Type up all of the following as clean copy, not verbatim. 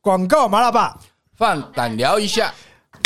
广告麻辣吧， 放胆聊一下。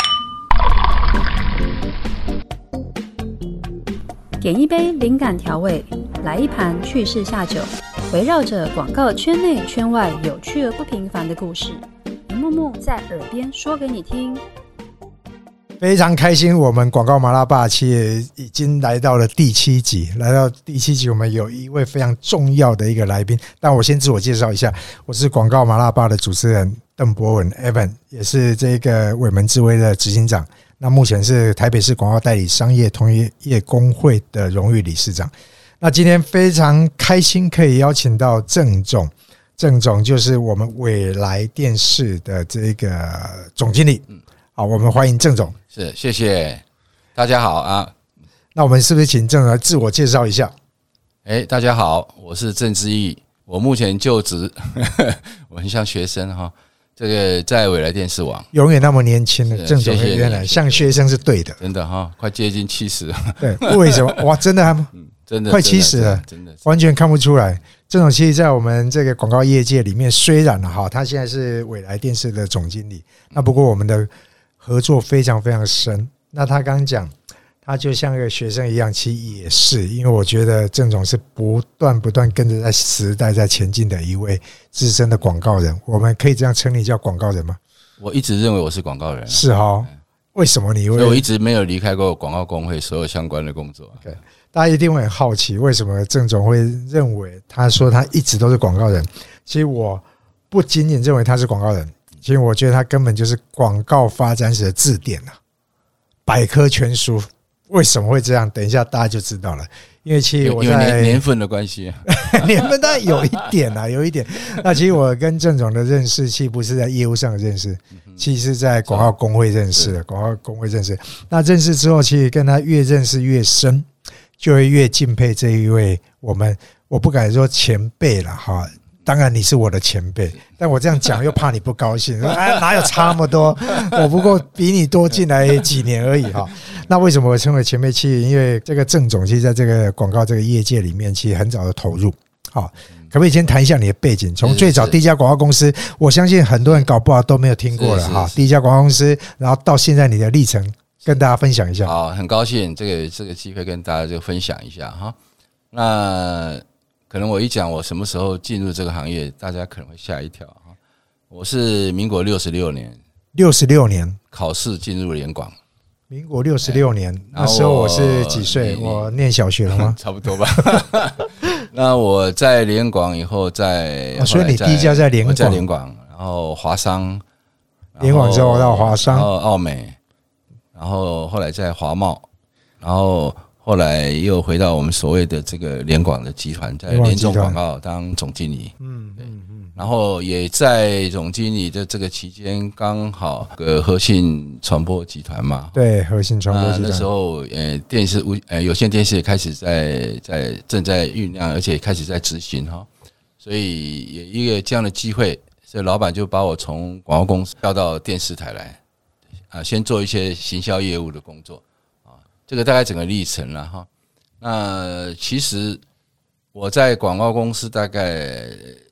点一杯灵感调味，来一盘趣事下酒，围绕着广告圈内圈外有趣而不平凡的故事，一幕幕在耳边说给你听。 非常开心，我们广告麻辣吧其实已经来到了第7集。来到第7集，我们有一位非常重要的一个来宾，但我先自我介绍一下，我是广告麻辣吧的主持人邓博文 Evan， 也是这个伟门智威的执行长。那目前是台北市广告代理商业同业公会的荣誉理事长。那今天非常开心可以邀请到郑总，郑总就是我们未来电视的这个总经理。好，我们欢迎郑总。 是，谢谢大家好啊。 那我们是不是请郑总来自我介绍一下？ 大家好，我是郑之毅，我目前就职我很像学生哈，这个在未来电视网， 永远那么年轻的郑总，原来像学生是对的， 真的哈，快接近70了。 对，为什么？哇，真的还真的快70了， 真的完全看不出来。郑总其实在我们这个广告业界里面，虽然他现在是未来电视的总经理，那不过我们的合作非常非常深。那他刚刚讲，他就像一个学生一样，其实也是，因为我觉得郑总是不断跟着在时代在前进的一位资深的广告人。我们可以这样称你叫广告人吗？ 我一直认为我是广告人。 是哈，为什么你会？ 所以我一直没有离开过广告工会所有相关的工作。 Okay， 大家一定会很好奇，为什么郑总会认为他说他一直都是广告人？其实我不仅仅认为他是广告人，其实我觉得他根本就是广告发展史的字典啊，百科全书。为什么会这样？等一下大家就知道了。因为其实我在因为年份的关系， 年份当然有一点啦，有一点。那其实我跟郑总的认识，其实不是在业务上的认识，其实是在广告工会认识的。广告工会认识，那认识之后，其实跟他越认识越深，就会越敬佩这一位我不敢说前辈了哈。当然你是我的前辈，但我这样讲又怕你不高兴，哪有差那么多？我不过比你多进来几年而已哈。那为什么我称为前辈？其实因为这个郑总，其实在这个广告这个业界里面，其实很早的投入。好，可不可以先谈一下你的背景？从最早第一家广告公司，我相信很多人搞不好都没有听过了哈。第一家广告公司，然后到现在你的历程，跟大家分享一下。 好，很高兴这个机会跟大家就分享一下哈。那可能我一讲我什么时候进入这个行业，大家可能会吓一跳哈。我是民国66年考试进入联广。 民国66年，那时候我是几岁？我念小学了吗？ 差不多吧。那我在联广以后所以你第一家在联广， 我在联广，然后华商， 联广之后到华商， 然后奥美，然后后来在华茂，然后后来又回到我们所谓的这个联广的集团，在联众广告当总经理。然后也在总经理的这个期间，刚好和信传播集团嘛， 对，和信传播集团那时候电视有线电视也开始正在酝酿，而且开始在执行哈，所以也一个这样的机会，所以老板就把我从广告公司调到电视台来先做一些行销业务的工作啊，这个大概整个历程了哈。那其实我在广告公司大概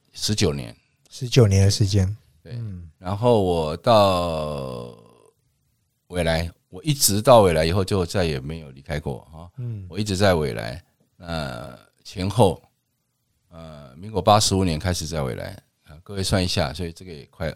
19年的时间， 对，然后我到未来，我一直到未来以后就再也没有离开过哈。我一直在未来，前后民国85年开始在未来，各位算一下，所以这个也快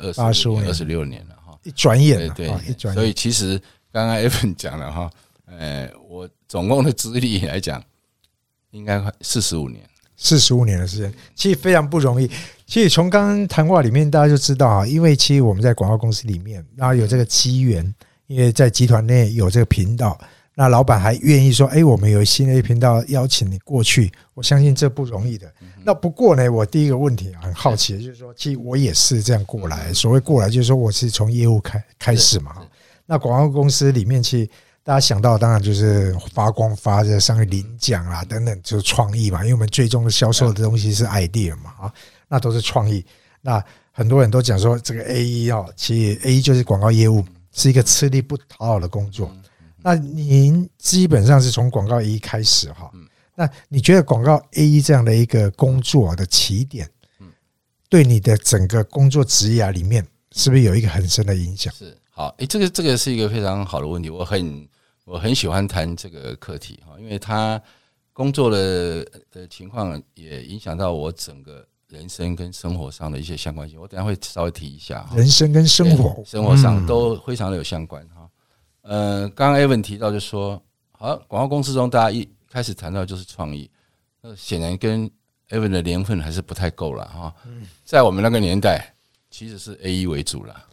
26年了哈。 一转眼， 对，所以其实刚刚 Evan 讲了哈，我总共的资历来讲，应该快45年的时间，其实非常不容易。其实从刚刚谈话里面，大家就知道啊，因为其实我们在广告公司里面，然后有这个机缘，因为在集团内有这个频道，那老板还愿意说，我们有新的频道邀请你过去，我相信这不容易的。那不过呢，我第一个问题很好奇，就是说，其实我也是这样过来。所谓过来，就是说我是从业务开始嘛。那广告公司里面，其实大家想到当然就是发光发热，上去领奖啊等等，就是创意嘛。因为我们最终的销售的东西是 idea 嘛，那都是创意。那很多人都讲说，这个 AE 其实 AE 就是广告业务，是一个吃力不讨好的工作。那您基本上是从广告 AE 开始哈，那你觉得广告 AE 这样的一个工作的起点，对你的整个工作职涯里面是不是有一个很深的影响？ 是好，这个是一个非常好的问题，我很喜欢谈这个课题哈，因为他工作的情况也影响到我整个人生跟生活上的一些相关性，我等一下会稍微提一下。 人生跟生活上都非常的有相关哈。刚刚 Evan 提到就说，好，广告公司中大家一开始谈到就是创意，那显然跟 Evan 的年份还是不太够了哈。在我们那个年代，其实是 AE 为主了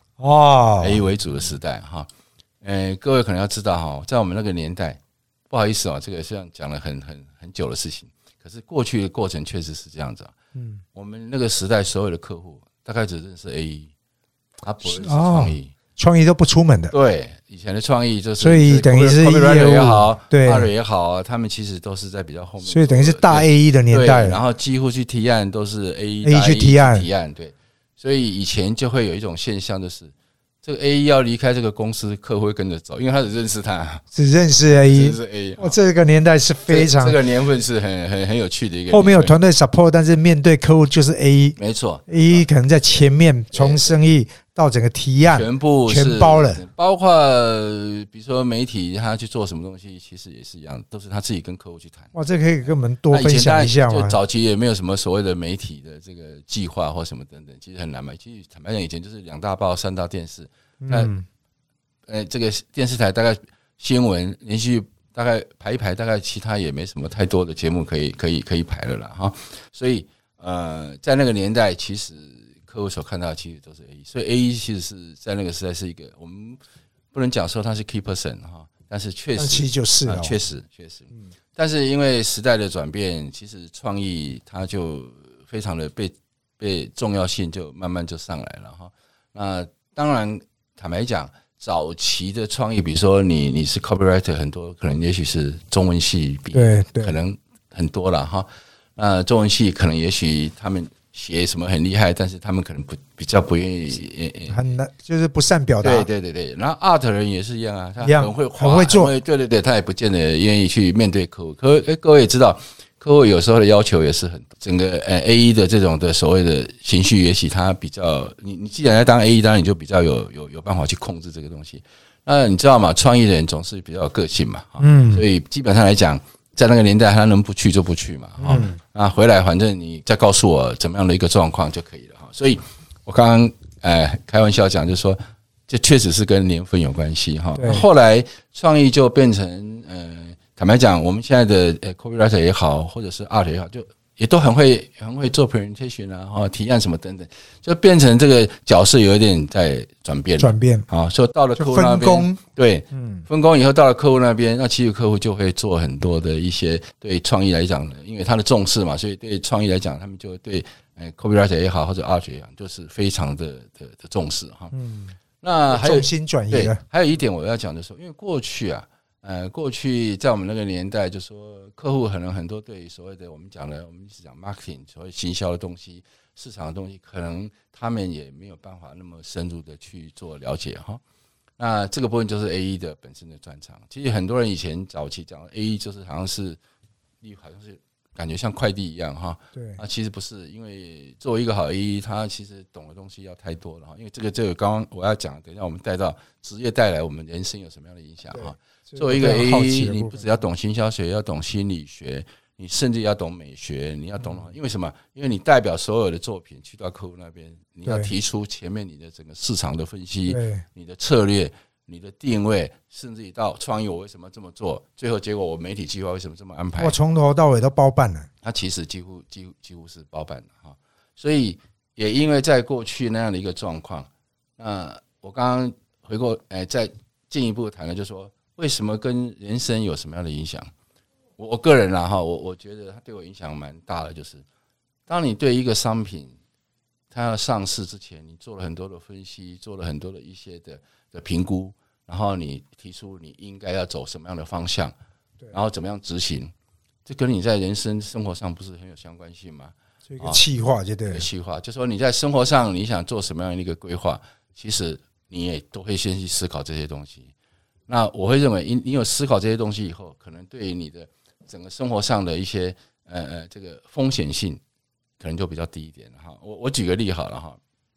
，AE 为主的时代哈。各位可能要知道哈，在我们那个年代，不好意思啊，这个虽然讲了很久的事情，可是过去的过程确实是这样子啊。我们那个时代所有的客户大概只认识 AE， 他不认识创意。 创意都不出门的， 对，以前的创意就是， 所以等于是业务也好， 对 ，R 也好，他们其实都是在比较后面， 所以等于是大 AE 的年代， 然后几乎去提案都是 AE 去提案， 对，所以以前就会有一种现象，就是这个 AE 要离开这个公司，客户会跟着走，因为他只认识他， 只认识 AE，这个年代是非常， 这个年份是很有趣的一个， 后面有团队 support， 但是面对客户就是 AE， 没错 ，AE 可能在前面从生意到整个提案全包了， 包括比如说媒体他去做什么东西，其实也是一样，都是他自己跟客户去谈。 哇，这可以跟我们多分享一下吗？ 就早期也没有什么所谓的媒体的这个计划或什么等等，其实很难嘛。其实坦白讲，以前就是2大报3大电视，这个电视台大概新闻连续大概排一排，大概其他也没什么太多的节目可以排了啦哈。所以在那个年代，其实客户所看到的其实都是 AE， 所以 AE 其实是在那个时代是一个我们不能讲说它是 key person 哈，但是确实其实就是了， 确实。但是因为时代的转变，其实创意它就非常的被重要性就慢慢就上来了哈。那当然坦白讲，早期的创意，比如说你是 copywriter， 很多可能也许是中文系比可能很多了哈。那中文系可能也许他们写什么很厉害，但是他们可能比较不愿意， 很难，就是不善表达。 对。然后 art 人也是一样啊，他很会做， 对，他也不见得愿意去面对客户。各位也知道，客户有时候的要求也是很整个AE 的这种的所谓的情绪，也许他比较你既然在当 AE， 当然你就比较有办法去控制这个东西。那你知道吗？创意的人总是比较有个性嘛，所以基本上来讲，在那个年代，他能不去就不去嘛，那回来反正你再告诉我怎么样的一个状况就可以了哈。所以我刚刚开玩笑讲，就是说这确实是跟年份有关系哈。后来创意就变成坦白讲，我们现在的copywriter 也好，或者是 art 也好，就也都很会做 presentation 啊，提案什么等等，就变成这个角色有一点在转变啊。所以到了客户那边，分工对，分工以后到了客户那边，那其实客户就会做很多的一些对创意来讲，因为他的重视嘛，所以对创意来讲，他们就对copywriter 也好或者 art 也好，就是非常的重视哈。那还有重心转移了。 还有一点我要讲的是，因为过去在我们那个年代，就说客户可能很多对所谓的我们一直讲 marketing， 所谓行销的东西、市场的东西，可能他们也没有办法那么深入的去做了解哈。那这个部分就是 AE 的本身的专长。其实很多人以前早期讲 AE 就是好像是感觉像快递一样哈， 对啊，其实不是，因为作为一个好 AE， 他其实懂的东西要太多了哈。因为这个刚刚我要讲，等一下我们带到职业带来我们人生有什么样的影响哈。作为一个 AE， 你不只要懂行销学，要懂心理学，你甚至要懂美学，你要懂，因为什么？因为你代表所有的作品去到客户那边，你要提出前面你的整个市场的分析，你的策略。你的定位，甚至于到创意，我为什么这么做？最后结果，我媒体计划为什么这么安排？ 我从头到尾都包办了。 它其实几乎是包办的哈。所以也因为在过去那样的一个状况，那我刚刚回过，再进一步谈了，就是说为什么跟人生有什么样的影响？我个人啦哈，我觉得它对我影响蛮大的，就是当你对一个商品它要上市之前，你做了很多的分析，做了很多的一些的评估。然后你提出你应该要走什么样的方向，然后怎么样执行，这跟你在人生生活上不是很有相关性吗？ 这个企划就对了， 企划就说你在生活上你想做什么样的一个规划，其实你也都会先去思考这些东西。那我会认为你有思考这些东西以后，可能对于你的整个生活上的一些这个风险性可能就比较低一点哈。我举个例好了哈，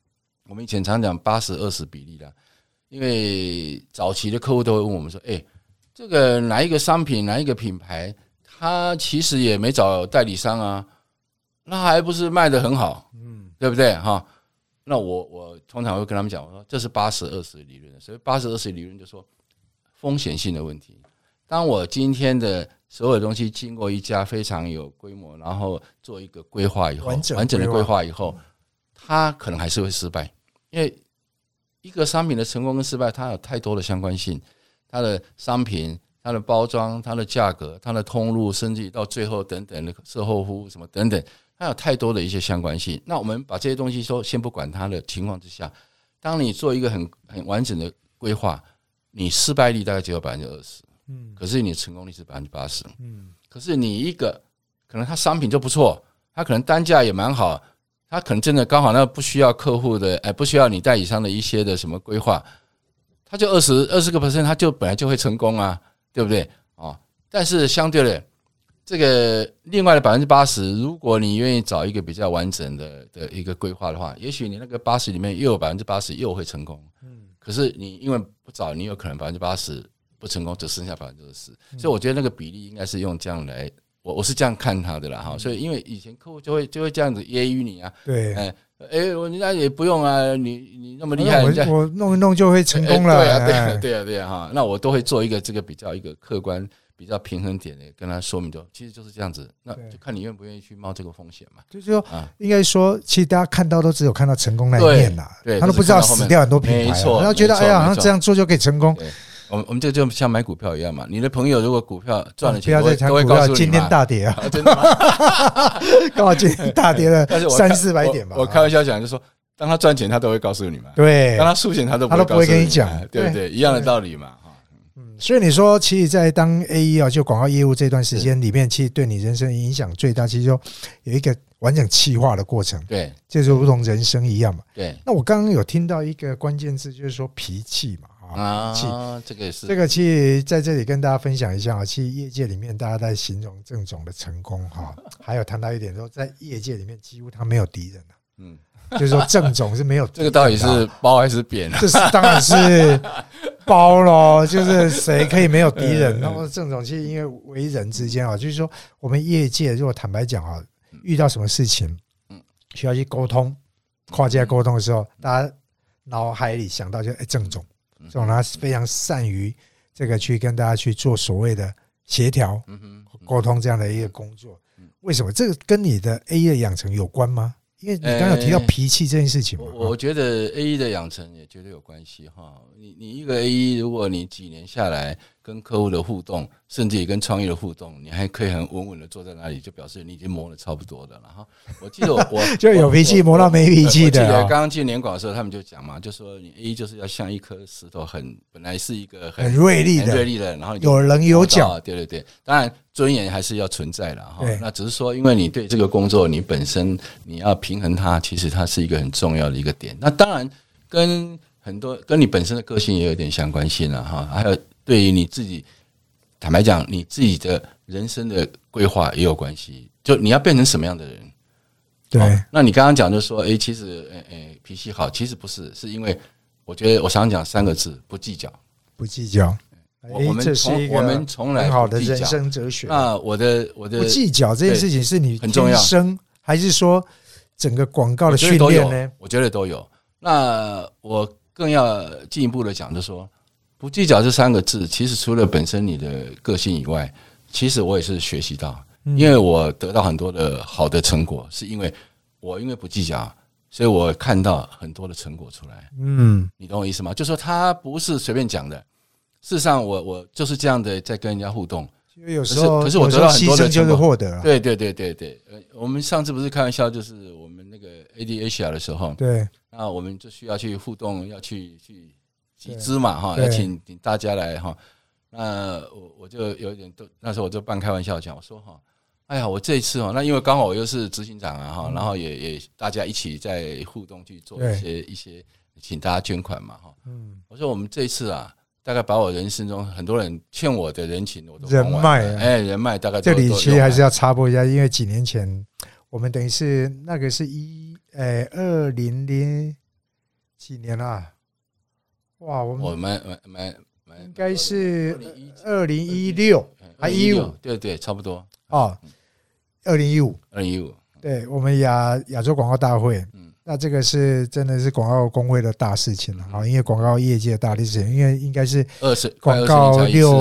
我们以前常讲80-20比例啦，因为早期的客户都会问我们说，这个哪一个商品哪一个品牌，他其实也没找代理商啊，那还不是卖得很好，对不对哈？那我通常会跟他们讲，我说这是80-20理论，所以80-20理论就说风险性的问题。当我今天的所有东西经过一家非常有规模，然后做一个规划以后，完整的规划以后，它可能还是会失败，因为一个商品的成功跟失败，它有太多的相关性，它的商品、它的包装、它的价格、它的通路，甚至到最后等等的售后服务什么等等，它有太多的一些相关性。那我们把这些东西说先不管它的情况之下，当你做一个很完整的规划，你失败率大概只有20%。可是你的成功率是80%。可是你一个可能他商品就不错，他可能单价也蛮好，他可能真的刚好那不需要客户的，不需要你代理商的一些的什么规划，他就20%，他就本来就会成功啊，对不对？但是相对的，这个另外的80%，如果你愿意找一个比较完整的一个规划的话，也许你那个80里面又有80%又会成功。可是你因为不找，你有可能80%不成功，只剩下20%。所以我觉得那个比例应该是用这样来，我是这样看他的啦哈。所以因为以前客户就会这样子揶揄你啊， 对， 人家也不用啊，你那么厉害， 我弄一弄就会成功了。 对啊哈。那我都会做一个这个比较一个客观、比较平衡点的跟他说明的，其实就是这样子。那就看你愿不愿意去冒这个风险嘛。就是说，应该说，其实大家看到都只有看到成功那一面啦，他都不知道死掉很多品牌，然后觉得好像这样做就可以成功。 我们这就像买股票一样嘛，你的朋友如果股票赚了钱， 不要再谈股票，今天大跌啊！ 真的吗？ 刚好今天大跌了300-400点吧。 我开玩笑讲，就是说，当他赚钱，他都会告诉你嘛。 对， 当他输钱，他都不会跟你讲， 对不对？一样的道理嘛。 所以你说，其实，在当 AE 就广告业务这段时间里面，其实对你人生影响最大，其实就有一个完整企划的过程。 对， 这就如同人生一样嘛。 对。 那我刚刚有听到一个关键字，就是说脾气嘛。 这个是这个，其实在这里跟大家分享一下。其实业界里面大家在形容郑总的成功哈，还有谈到一点说，在业界里面几乎他没有敌人了。就是说郑总是没有敌人的。这个到底是褒还是贬？ 这是当然是褒咯，就是谁可以没有敌人？然后郑总其实因为为人之间啊，就是说我们业界如果坦白讲啊，遇到什么事情需要去沟通、跨界沟通的时候，大家脑海里想到就是郑总。这种他非常善于这个去跟大家去做所谓的协调、沟通这样的一个工作。为什么这个跟你的 AE 的养成有关吗？因为你刚刚有提到脾气这件事情嘛。 我觉得 AE 的养成也绝对有关系哈。你一个 AE， 如果你几年下来跟客户的互动，甚至也跟创业的互动，你还可以很稳稳的坐在那里，就表示你已经磨了差不多的了哈。我记得我就有脾气磨到没脾气的。 我记得刚刚进联广的时候，他们就讲嘛，就说你 AE 就是要像一颗石头，本来是一个很锐利的，然后有棱有角。 对，当然尊严还是要存在的哈。那只是说，因为你对这个工作，你本身你要平衡它，其实它是一个很重要的一个点。那当然跟你本身的个性也有点相关性了哈。还有对于你自己，坦白讲，你自己的人生的规划也有关系。就你要变成什么样的人？ 对。 那你刚刚讲就说，其实脾气好，其实不是，是因为我觉得我常讲3个字：不计较。 不计较。 我们从来很好的人生哲学。 那我的不计较这件事情是你天生，还是说整个广告的训练呢？ 我觉得都有。那我更要进一步的讲，就是说不计较这3个字，其实除了本身你的个性以外，其实我也是学习到，因为我得到很多的好的成果，是因为不计较，所以我看到很多的成果出来。你懂我意思吗？就是说他不是随便讲的。事实上我就是这样的在跟人家互动， 有时候可是我得到很多的牺牲就是获得。 对，我们上次不是开玩笑，就是我们那个 ADHR 的时候， 对， 那我们就需要去互动，要去集资嘛哈，要请大家来哈。那我就有点那时候我就半开玩笑讲，我说哈，哎呀，我这一次哈，那因为刚好我又是执行长啊哈，然后也大家一起在互动去做一些请大家捐款嘛哈。我说我们这一次啊。大概把我人生中很多人欠我的人情我都人脉， 人脉大概这里其实还是要插播一下，因为几年前我们等于是那个是2000 几年啊？哇， 我们应该是2016还15， 对，差不多哦，2015，对，我们亚洲广告大会，那这个是真的是广告工会的大事情了，因为广告业界的大事情，因为应该是广告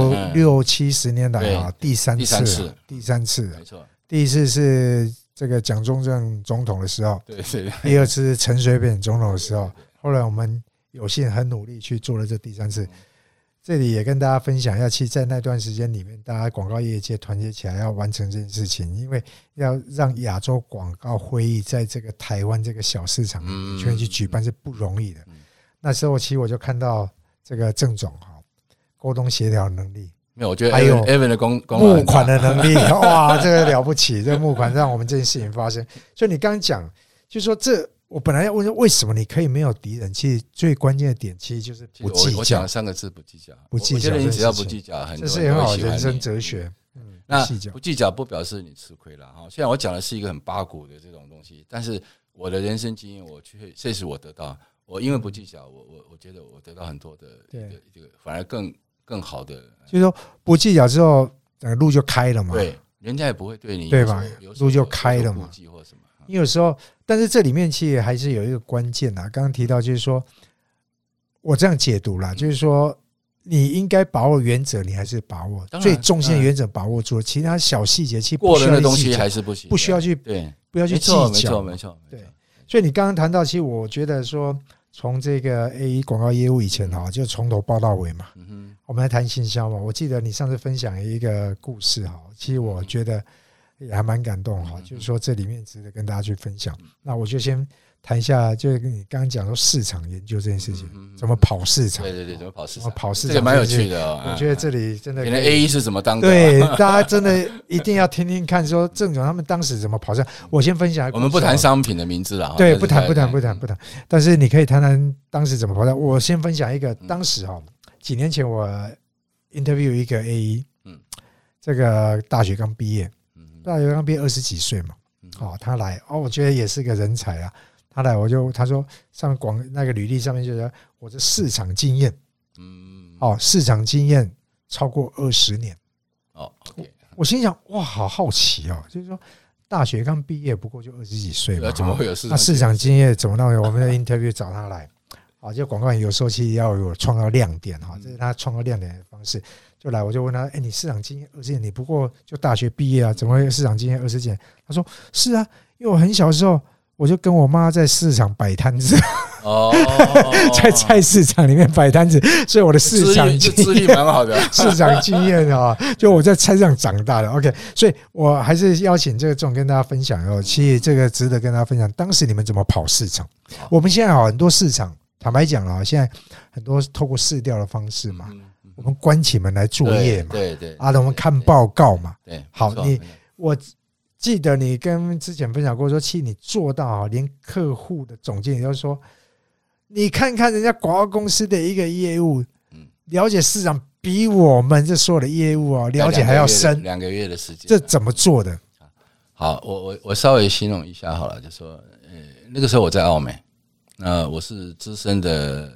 60-70年来啊第三次， 没错， 第一次是这个蒋中正总统的时候， 对， 第二次是陈水扁总统的时候，后来我们有幸很努力去做了这第3次。这里也跟大家分享一下，其实在那段时间里面，大家广告业界团结起来要完成这件事情，因为要让亚洲广告会议在这个台湾这个小市场全去举办是不容易的。那时候其实我就看到这个郑总沟通协调能力， 没有，我觉得还有 Evan 的募款的能力，哇，这个了不起，这个募款让我们这件事情发生。所以你刚刚讲，就是说我本来要问为什么你可以没有敌人，其实最关键的点其实就是不计较。 我讲了3个字：不计较。 不计较， 我觉得你只要不计较， 这是很好的人生哲学。 那不计较不表示你吃亏了哈。虽然我讲的是一个很八股的这种东西，但是我的人生经验，这是我得到。我因为不计较，我觉得我得到很多的这个反而更好的。 就是说不计较之后，路就开了嘛。 对，人家也不会对你对吧？路就开了嘛。 或什么。 因为有时候，但是这里面其实还是有一个关键啊。刚刚提到就是说，我这样解读啦，就是说你应该把握原则，你还是把握最中心的原则把握住了，其他小细节其实过人的东西还是不行， 不需要去不要去计较， 没错。 对，所以你刚刚谈到，其实我觉得说，从这个 AE 广告业务以前就从头报到尾嘛。我们来谈行销嘛。我记得你上次分享一个故事其实我觉得也还蛮感动就是说这里面值得跟大家去分享。那我就先谈一下，就是你刚刚讲说市场研究这件事情，怎么跑市场？ 对，怎么跑市场？ 这个蛮有趣的我觉得这里真的， 原来 AE 是怎么当的？ 对，大家真的一定要听听看，说郑总他们当时怎么跑市场。我先分享一个， 我们不谈商品的名字了， 对，不谈。但是你可以谈谈当时怎么跑市场。我先分享一个，当时几年前我 interview 一个 AE，这个大学刚毕业。大学刚毕业20几岁嘛，他来我觉得也是个人才啊。他来他说上那个履历上面就说我的市场经验，市场经验超过20年。我心想哇，好好奇就是说大学刚毕业不过就20几岁嘛， 怎么会有市场？ 那市场经验怎么弄？我们的 interview 找他来，就广告人有时候其实要有创造亮点这是他创造亮点的方式。就来我就问他，你市场经验20年，你不过就大学毕业怎么会市场经验20年？他说是啊，因为我很小的时候我就跟我妈在市场摆摊子，在菜市场里面摆摊子，所以我的市场资历蛮好的， 市场经验就我在菜市场长大的。OK， 所以我还是邀请这个总跟大家分享其实这个值得跟大家分享，当时你们怎么跑市场？我们现在很多市场，坦白讲现在很多透过市调的方式嘛。我们关起门来作业嘛， 对， 我们看报告嘛， 对， 好，我记得你跟之前分享过说，其实你做到连客户的总经理都说，你看看人家广告公司的一个业务，了解市场比我们这所有的业务了解还要深 ，2个月的时间， 这怎么做的？ 好，我稍微形容一下好了，就说那个时候我在奥美，我是资深的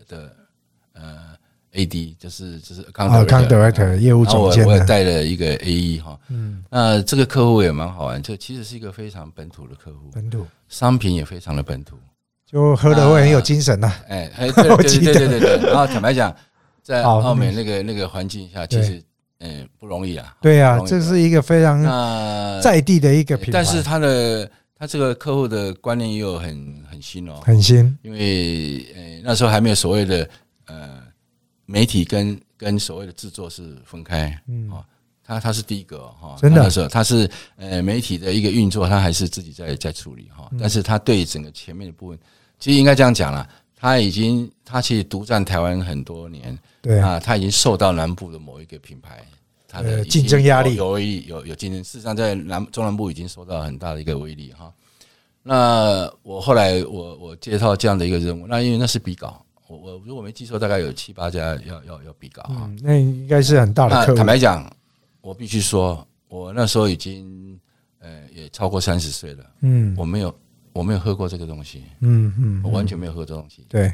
AD 就是 account director 业务总监， 我也带了一个 AE 那这个客户也蛮好玩，这其实是一个非常本土的客户，商品也非常的本土， 就喝了会很有精神对。然后坦白讲，在澳美那个环境下，其实不容易啊。 对啊，这是一个非常在地的一个品牌， 但是他这个客户的观念也有很新很新， 因为那时候还没有所谓的媒体跟所谓的制作是分开，他是第一个真的， 他是媒体的一个运作，他还是自己在处理但是他对整个前面的部分，其实应该这样讲啦，他其实独占台湾很多年， 对他已经受到南部的某一个品牌，他的竞争压力有竞争，事实上在中南部已经受到很大的一个威力那我后来我接到这样的一个任务，那因为那是比稿。我如果没记错，大概有7、8家要比稿那应该是很大的客户。 坦白讲，我必须说，我那时候已经也超过30岁了。我没有喝过这个东西。我完全没有喝这东西。 对。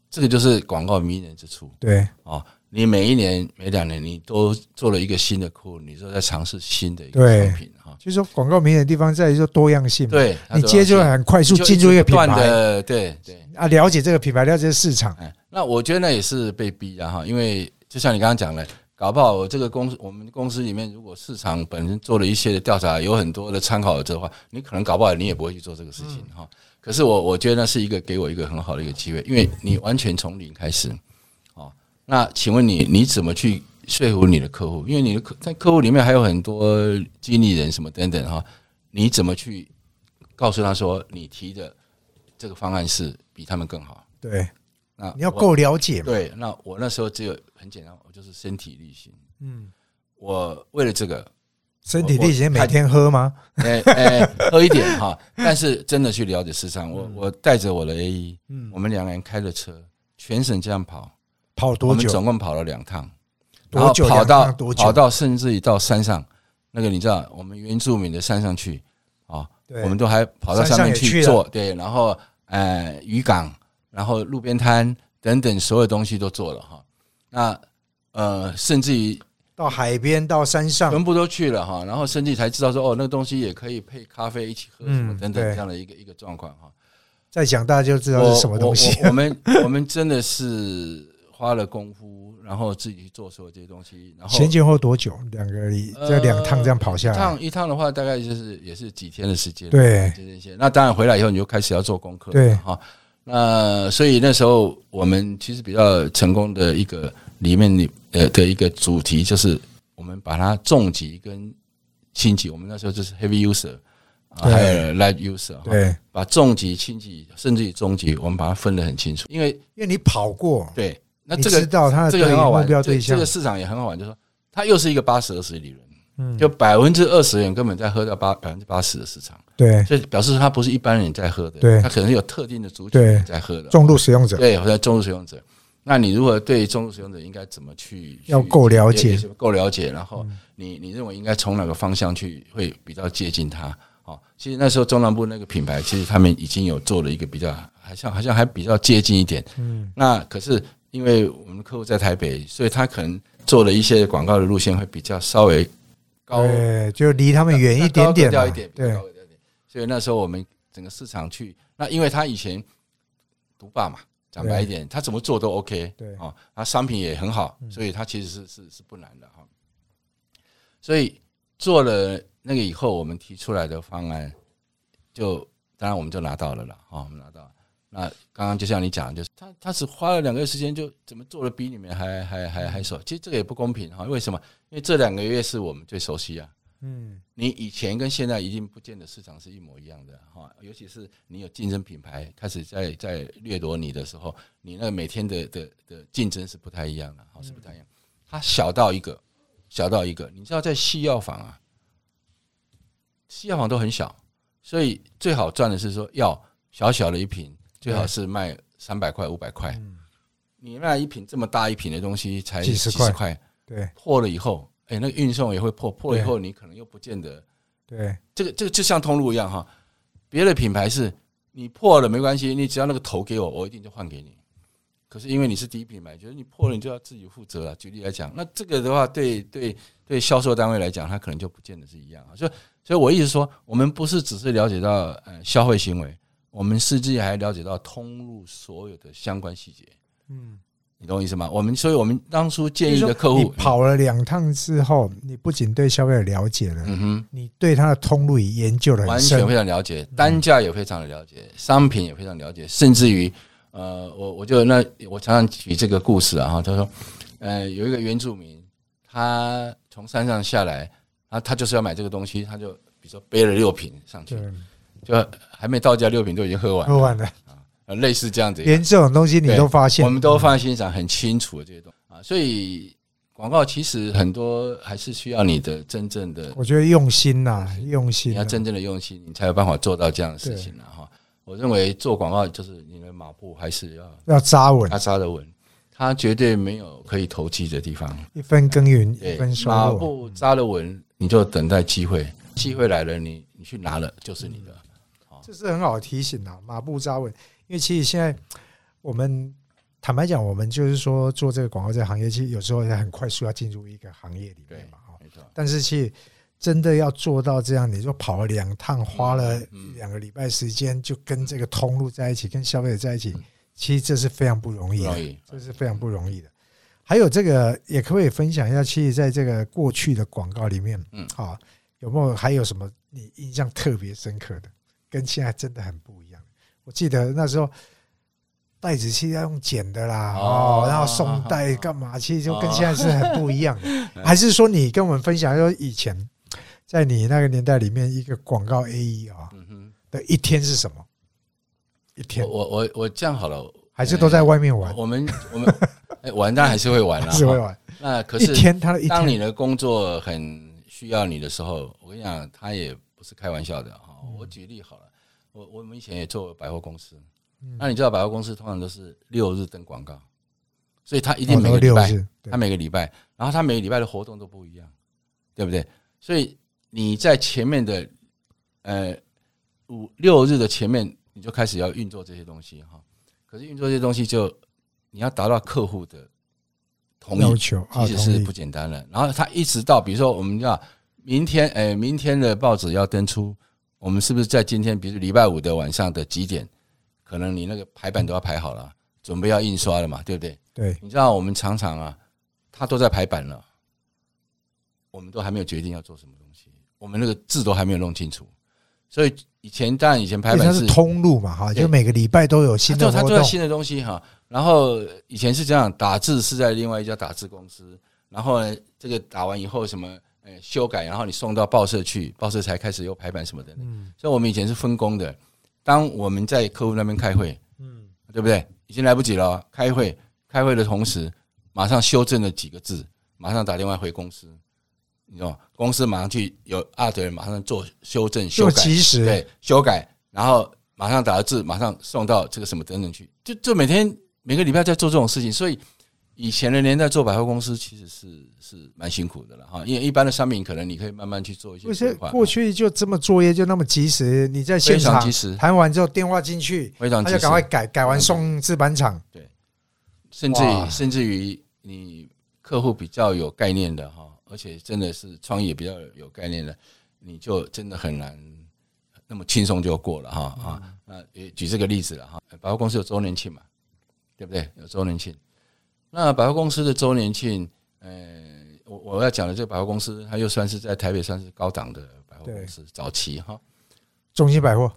这个就是广告迷人之处。 对哦，你每一年每2年你都做了一个新的客户，你都在尝试新的一个商品哈。 就是说广告迷人的地方在于说多样性， 对， 你接就很快速进入一个品牌， 对了解这个品牌，了解市场。 那我觉得那也是被逼的哈，因为就像你刚刚讲的，搞不好我们公司里面如果市场本身做了一些的调查，有很多的参考者的话，你可能搞不好你也不会去做这个事情哈。可是我觉得那是给我一个很好的一个机会，因为你完全从零开始。那请问你怎么去说服你的客户？因为你的在客户里面还有很多经理人什么等等哈，你怎么去告诉他说你提的这个方案是比他们更好？ 对， 那你要够了解嘛。 对，那我那时候只有很简单，我就是身体力行。我为了这个身体力行每天喝吗？ 喝一点哈，但是真的去了解市场。我带着我的 AE，我们2人开了车，全省这样跑多久？我们总共跑了2趟，然后跑到甚至于到山上，那个你知道，我们原住民的山上去啊，我们都还跑到上面去做，对，然后渔港，然后路边摊等等，所有东西都做了哈。那甚至于到海边、到山上， 全部都去了哈。然后甚至才知道说，那个东西也可以配咖啡一起喝，什么等等这样的一个状况哈。 再讲大家就知道是什么东西。 我们真的是花了功夫，然后自己去做所有这些东西。然后前后多久？2个礼，这2趟这样跑下来， 一趟的话，大概也是几天的时间。 对， 那当然回来以后你就开始要做功课。 对哈，那所以那时候我们其实比较成功的一个里面的一个主题就是我们把它重级跟轻级，我们那时候就是 heavy user。还有 light user， 对， 把重级、轻级甚至于中级，我们把它分得很清楚，因为你跑过， 对，那这个知道它的这个很好玩， 目标对象， 这个市场也很好玩，就是说它又是一个80-20理论，就20%人根本在喝到80%的市场， 对， 所以表示它不是一般人在喝的， 对， 它可能有特定的族群在喝的， 重度使用者， 对，或者重度使用者。那你如果对重度使用者应该怎么去要够了解， 然后你认为应该从哪个方向去会比较接近它？其实那时候中南部那个品牌，其实他们已经有做了一个比较，好像还比较接近一点。那可是因为我们客户在台北，所以他可能做了一些广告的路线会比较稍微高， 对，就离他们远一点点， 对。所以那时候我们整个市场去，那因为他以前独霸嘛，讲白一点，他怎么做都 OK， 对啊，他商品也很好，所以他其实是不难的哈。所以做了那个以后，我们提出来的方案，当然我们就拿到了啦，我们拿到了。那刚刚就像你讲，就是他只花了2个月时间，就怎么做的比你们还熟。其实这个也不公平哈，为什么？因为这2个月是我们最熟悉啊。你以前跟现在一定不见得市场是一模一样的哈，尤其是你有竞争品牌开始在掠夺你的时候，你那个每天的竞争是不太一样的，是不太一样。它小到一个，你知道在西药房啊。西药房都很小，所以最好赚的是说药小小的一瓶，最好是卖300块、500块。你卖一瓶这么大一瓶的东西才几十块，对，破了以后，那个运送也会破了以后，你可能又不见得。对，这个就像通路一样哈，别的品牌是你破了没关系，你只要那个头给我，我一定就换给你。可是因为你是第一品牌，觉得你破了你就要自己负责了。举例来讲，那这个的话对销售单位来讲，它可能就不见得是一样啊。所以我意思说，我们不是只是了解到消费行为，我们实际还了解到通路所有的相关细节。你懂我意思吗？所以我们当初建议的客户， 你跑了2趟之后，你不仅对消费者了解了，你对他的通路也研究了很深， 完全非常了解，单价也非常的了解，商品也非常了解，甚至于我常常举这个故事啊，他说，有一个原住民，他从山上下来，他就是要买这个东西，他就比如说背了6瓶上去，就还没到家6瓶都已经喝完了。类似这样子， 连这种东西你都发现， 我们都放在心上，很清楚的这些东西啊。所以广告其实很多还是需要你的真正的， 我觉得用心呐，用心， 你要真正的用心，你才有办法做到这样的事情了哈。我认为做广告就是你的马步还是要扎稳， 扎得稳，它绝对没有可以投机的地方。 一分耕耘一分收获， 马步扎得稳，你就等待机会，机会来了，你去拿了就是你的。 这是很好的提醒啊，马步扎稳。因为其实现在我们坦白讲，我们就是说做这个广告这个行业，其实有时候很快速要进入一个行业里面嘛， 没错。 但是其实真的要做到这样，你说跑了2趟，花了2个礼拜时间，就跟这个通路在一起，跟消费者在一起，其实这是非常不容易的，这是非常不容易的。还有这个也可不可以分享一下，其实在这个过去的广告里面，有没有还有什么你印象特别深刻的，跟现在真的很不一样？我记得那时候袋子其实要用剪的啦，然后送袋干嘛，其实就跟现在是很不一样的。还是说你跟我们分享说以前在你那个年代里面，一个广告 AE 的一天是什么？一天我这样好了， 还是都在外面玩？ 我们玩当然还是会玩啦， 还是会玩。 那可是一天当你的工作很需要你的时候，我跟你讲，他也不是开玩笑的哈。我举例好了，我们以前也做百货公司，那你知道百货公司通常都是6日登广告，所以他一定每个礼拜，他每个礼拜，然后他每个礼拜的活动都不一样，对不对？所以你在前面的6日的前面，你就开始要运作这些东西哈。可是运作这些东西就你要达到客户的同意要求， 其实是不简单的。然后他一直到比如说我们要明天的报纸要登出，我们是不是在今天比如礼拜5的晚上的几点，可能你那个排版都要排好了，准备要印刷了嘛，对不对？ 对， 你知道我们常常他都在排版了，我们都还没有决定要做什么东西，我们那个字都还没有弄清楚。所以当然以前排版是通路嘛，就每个礼拜都有新的活动， 他做新的东西哈。然后以前是这样，打字是在另外一家打字公司，然后呢，这个打完以后什么修改，然后你送到报社去，报社才开始有排版什么的。所以我们以前是分工的。当我们在客户那边开会，对不对？已经来不及了，开会的同时，马上修正了几个字，马上打电话回公司。你知道吗？公司马上去有的人马上做修正修改，对，修改，然后马上打了字，马上送到这个什么等等去，就每个礼拜在做这种事情。所以以前的年代做百货公司其实是蛮辛苦的了哈，因为一般的商品可能你可以慢慢去做一些规划。 过去就这么作业就那么及时，你在现场谈完之后电话进去，他就赶快改完送制版厂。 对，甚至于你客户比较有概念的哈。而且真的是创意也比较有概念的，你就真的很难那么轻松就过了哈那举这个例子了哈，百货公司有周年庆嘛，对不对？有周年庆，那百货公司的周年庆，我要讲的这个百货公司，它又算是在台北算是高档的百货公司，早期哈， 中心百货。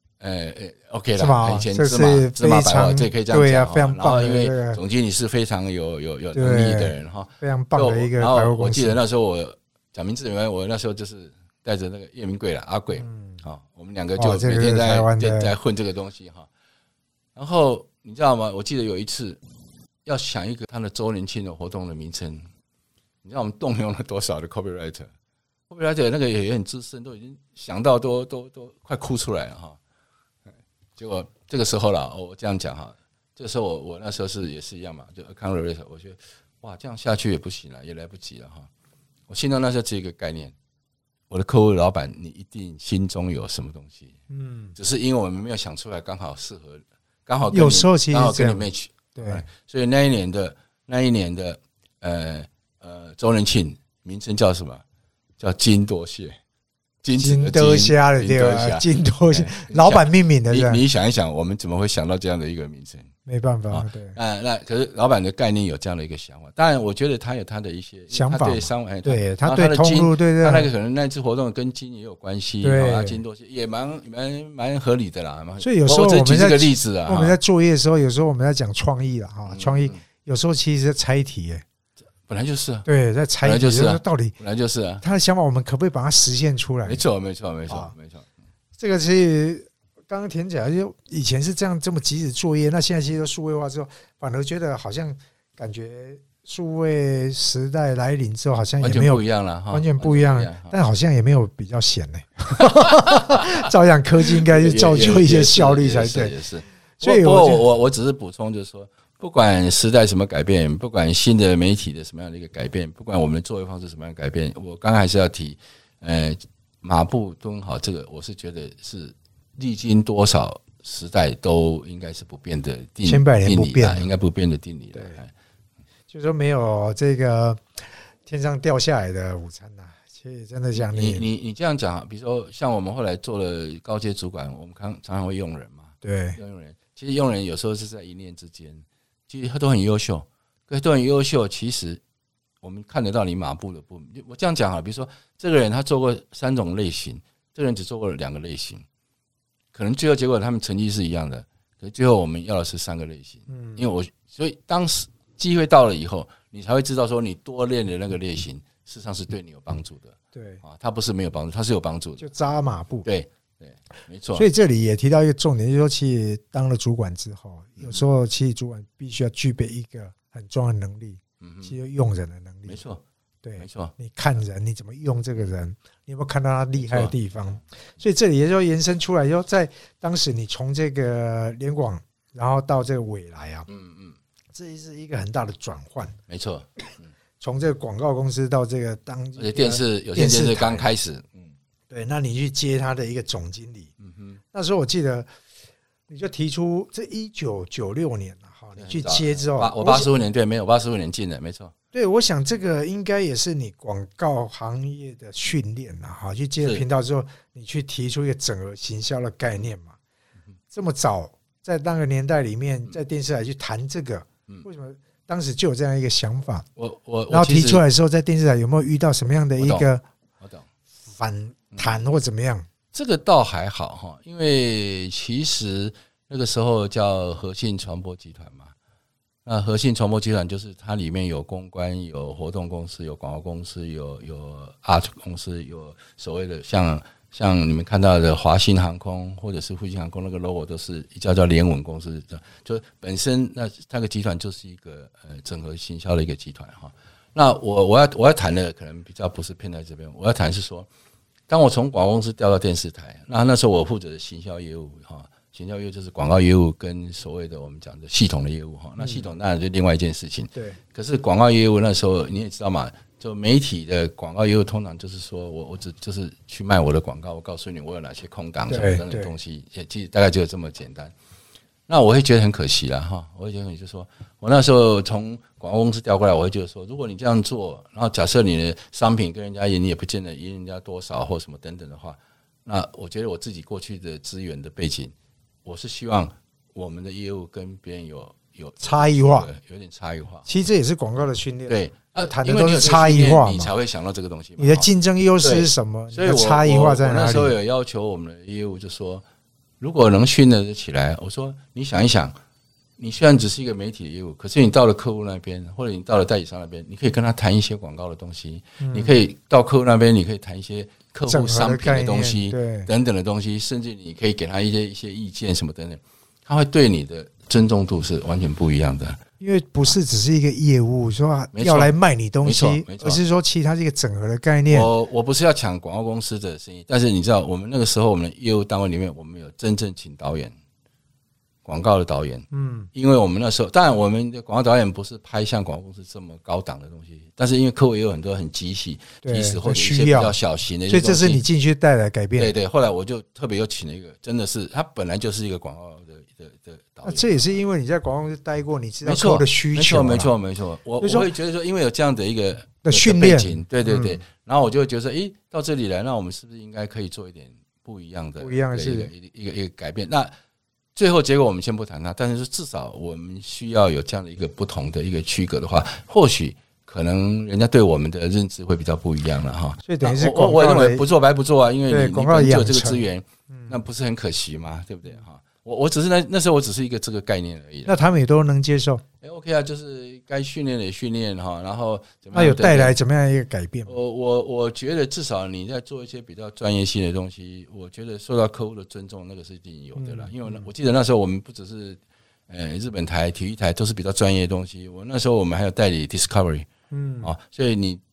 OK 了，以前芝麻百货这可以这样讲， 对啊，非常棒。 因为总经理是非常有能力的人哈， 非常棒的一个百货公司。 我记得那时候我讲名字以外，我那时候就是带着那个叶明贵阿贵，我们2个就每天在混这个东西哈。然后你知道吗？我记得有一次要想一个他的周年庆的活动的名称，你知道我们动用了多少的 copywriter 那个也很资深，都已经想到都快哭出来了哈。结果这个时候了，我这样讲哈，这个时候我那时候也是一样嘛，就 account relator， 我觉得哇这样下去也不行了，也来不及了哈。我心中那时候只有一个概念，我的客户老板你一定心中有什么东西，只是因为我们没有想出来，刚好适合，刚好有时候其实刚好跟你 match， 对， 所以那一年的周年庆名称叫什么？叫金多蟹。 金多虾的对吧？金多虾，老板命名的。 你想一想，我们怎么会想到这样的一个名称？ 没办法，对。 那可是老板的概念有这样的一个想法，当然我觉得他有他的一些想法， 对他对通路，对， 他那个可能那次活动跟金也有关系，对，金多蟹也蛮合理的啦。 所以有时候我们举这个例子啊， 我们在作业的时候，有时候我们在讲创意了哈，创意有时候其实在猜题本来就是啊， 对，在猜题就是到底本来就是啊， 他的想法我们可不可以把它实现出来？ 没错。 这个其实刚刚田讲，就以前是这么及时作业，那现在其实都数位化之后，反而觉得好像感觉数位时代来临之后，好像也没有不一样了， 完全不一样，但好像也没有比较闲呢。照样科技应该是造就一些效率才对。 也是。所以我只是补充，就是说。不管时代什么改变，不管新的媒体的什么样的一个改变，不管我们的作为方式什么样的改变，我刚刚还是要提，马步蹲好这个，我是觉得是历经多少时代都应该是不变的定千百年不变， 应该不变的定理了。 就是说没有这个天上掉下来的午餐呐。其实真的讲你这样讲，比如说像我们后来做了高阶主管，我们常常会用人嘛， 对， 用人。其实用人有时候是在一念之间，其实他都很优秀，可是都很优秀，其实我们看得到你马步的部分。我这样讲啊，比如说这个人他做过3种类型，这个人只做过2个类型，可能最后结果他们成绩是一样的，可是最后我们要的是3个类型。因为所以当时机会到了以后，你才会知道说你多练的那个类型，事实上是对你有帮助的。 对啊，它不是没有帮助，它是有帮助的， 就扎马步。 对，没错。 所以这里也提到一个重点，就是说，其实当了主管之后，有时候其实主管必须要具备一个很重要的能力，其实用人的能力。 没错， 对， 没错。 你看人，你怎么用这个人？你有没有看到他厉害的地方？所以这里也就延伸出来，就在当时你从这个联广，然后到这个未来啊，这是一个很大的转换。 没错。 从这个广告公司到这个而且电视有线电视刚开始， 对，那你去接他的一个总经理，那时候我记得你就提出这1996年了哈，你去接之后， 我85年对，没有85年进的，没错。 对，我想这个应该也是你广告行业的训练了哈，去接了频道之后，你去提出一个整合行销的概念嘛，这么早在那个年代里面，在电视台去谈这个，为什么？当时就有这样一个想法，然后提出来的时候，在电视台有没有遇到什么样的一个反弹或怎么样？ 这个倒还好哈，因为其实那个时候叫和信传播集团嘛。那和信传播集团就是它里面有公关、有活动公司、有广告公司、有 art 公司，有所谓的像你们看到的华信航空或者是复兴航空那个 logo 都是一家叫联稳公司，就本身那个集团就是一个整合行销的一个集团哈。那我要谈的可能比较不是偏在这边，我要谈是说，当我从广告公司调到电视台，那时候我负责的行销业务哈，行销业务就是广告业务跟所谓的我们讲的系统的业务哈。那系统当然就另外一件事情，对。可是广告业务那时候你也知道嘛。就媒体的广告业务，通常就是说我就是去卖我的广告，我告诉你我有哪些空档什么等等东西，其实大概就这么简单。那我会觉得很可惜啦哈，我会觉得你就说我那时候从广告公司调过来，我会觉得说，如果你这样做，然后假设你的商品跟人家赢，你也不见得赢人家多少或什么等等的话，那我觉得我自己过去的资源的背景，我是希望我们的业务跟别人有差异化， 有点差异化。 其实这也是广告的训练， 对。 谈的都是差异化嘛， 你才会想到这个东西。 你的竞争优势是什么？ 所以差异化在哪里？ 我那时候有要求我们的业务，就说如果能训练得起来，我说你想一想，你虽然只是一个媒体的业务，可是你到了客户那边，或者你到了代理商那边，你可以跟他谈一些广告的东西，你可以到客户那边，你可以谈一些客户商品的东西，等等的东西，甚至你可以给他一些意见什么等等，他会对你的尊重度是完全不一样的。 因为不是只是一个业务说要来卖你东西，而是说其实它是一个整合的概念。 我不是要抢广告公司的生意，但是你知道我们那个时候我们的业务单位里面，我们有真正请导演，广告的导演。因为我们那时候当然我们的广告导演不是拍像广告公司这么高档的东西，但是因为客户也有很多很即时或者一些比较小型的， 所以这是你进去带来改变。 对，后来我就特别又请了一个，真的是他本来就是一个广告的导演。 这也是因为你在广告公司待过，你知道客户的需求。 没错。我会觉得说，因为有这样的一个训练， 对，然后我就会觉得说，到这里来，那我们是不是应该可以做一点不一样的一个改变？那最后结果我们先不谈它，但是至少我们需要有这样的一个不同的一个区隔的话，或许可能人家对我们的认知会比较不一样了哈。 所以等于是我认为不做白不做啊，因为你广告有这个资源，那不是很可惜吗？对不对哈？我只是那时候我只是一个这个概念而已。 那他们也都能接受 ？OK 啊，就是该训练的也训练哈，然后那有带来怎么样一个改变？ 我觉得至少你在做一些比较专业性的东西，我觉得受到客户的尊重，那个是一定有的啦。因为我记得那时候我们不只是日本台、体育台都是比较专业的东西。那时候我们还有代理 Discovery，所以你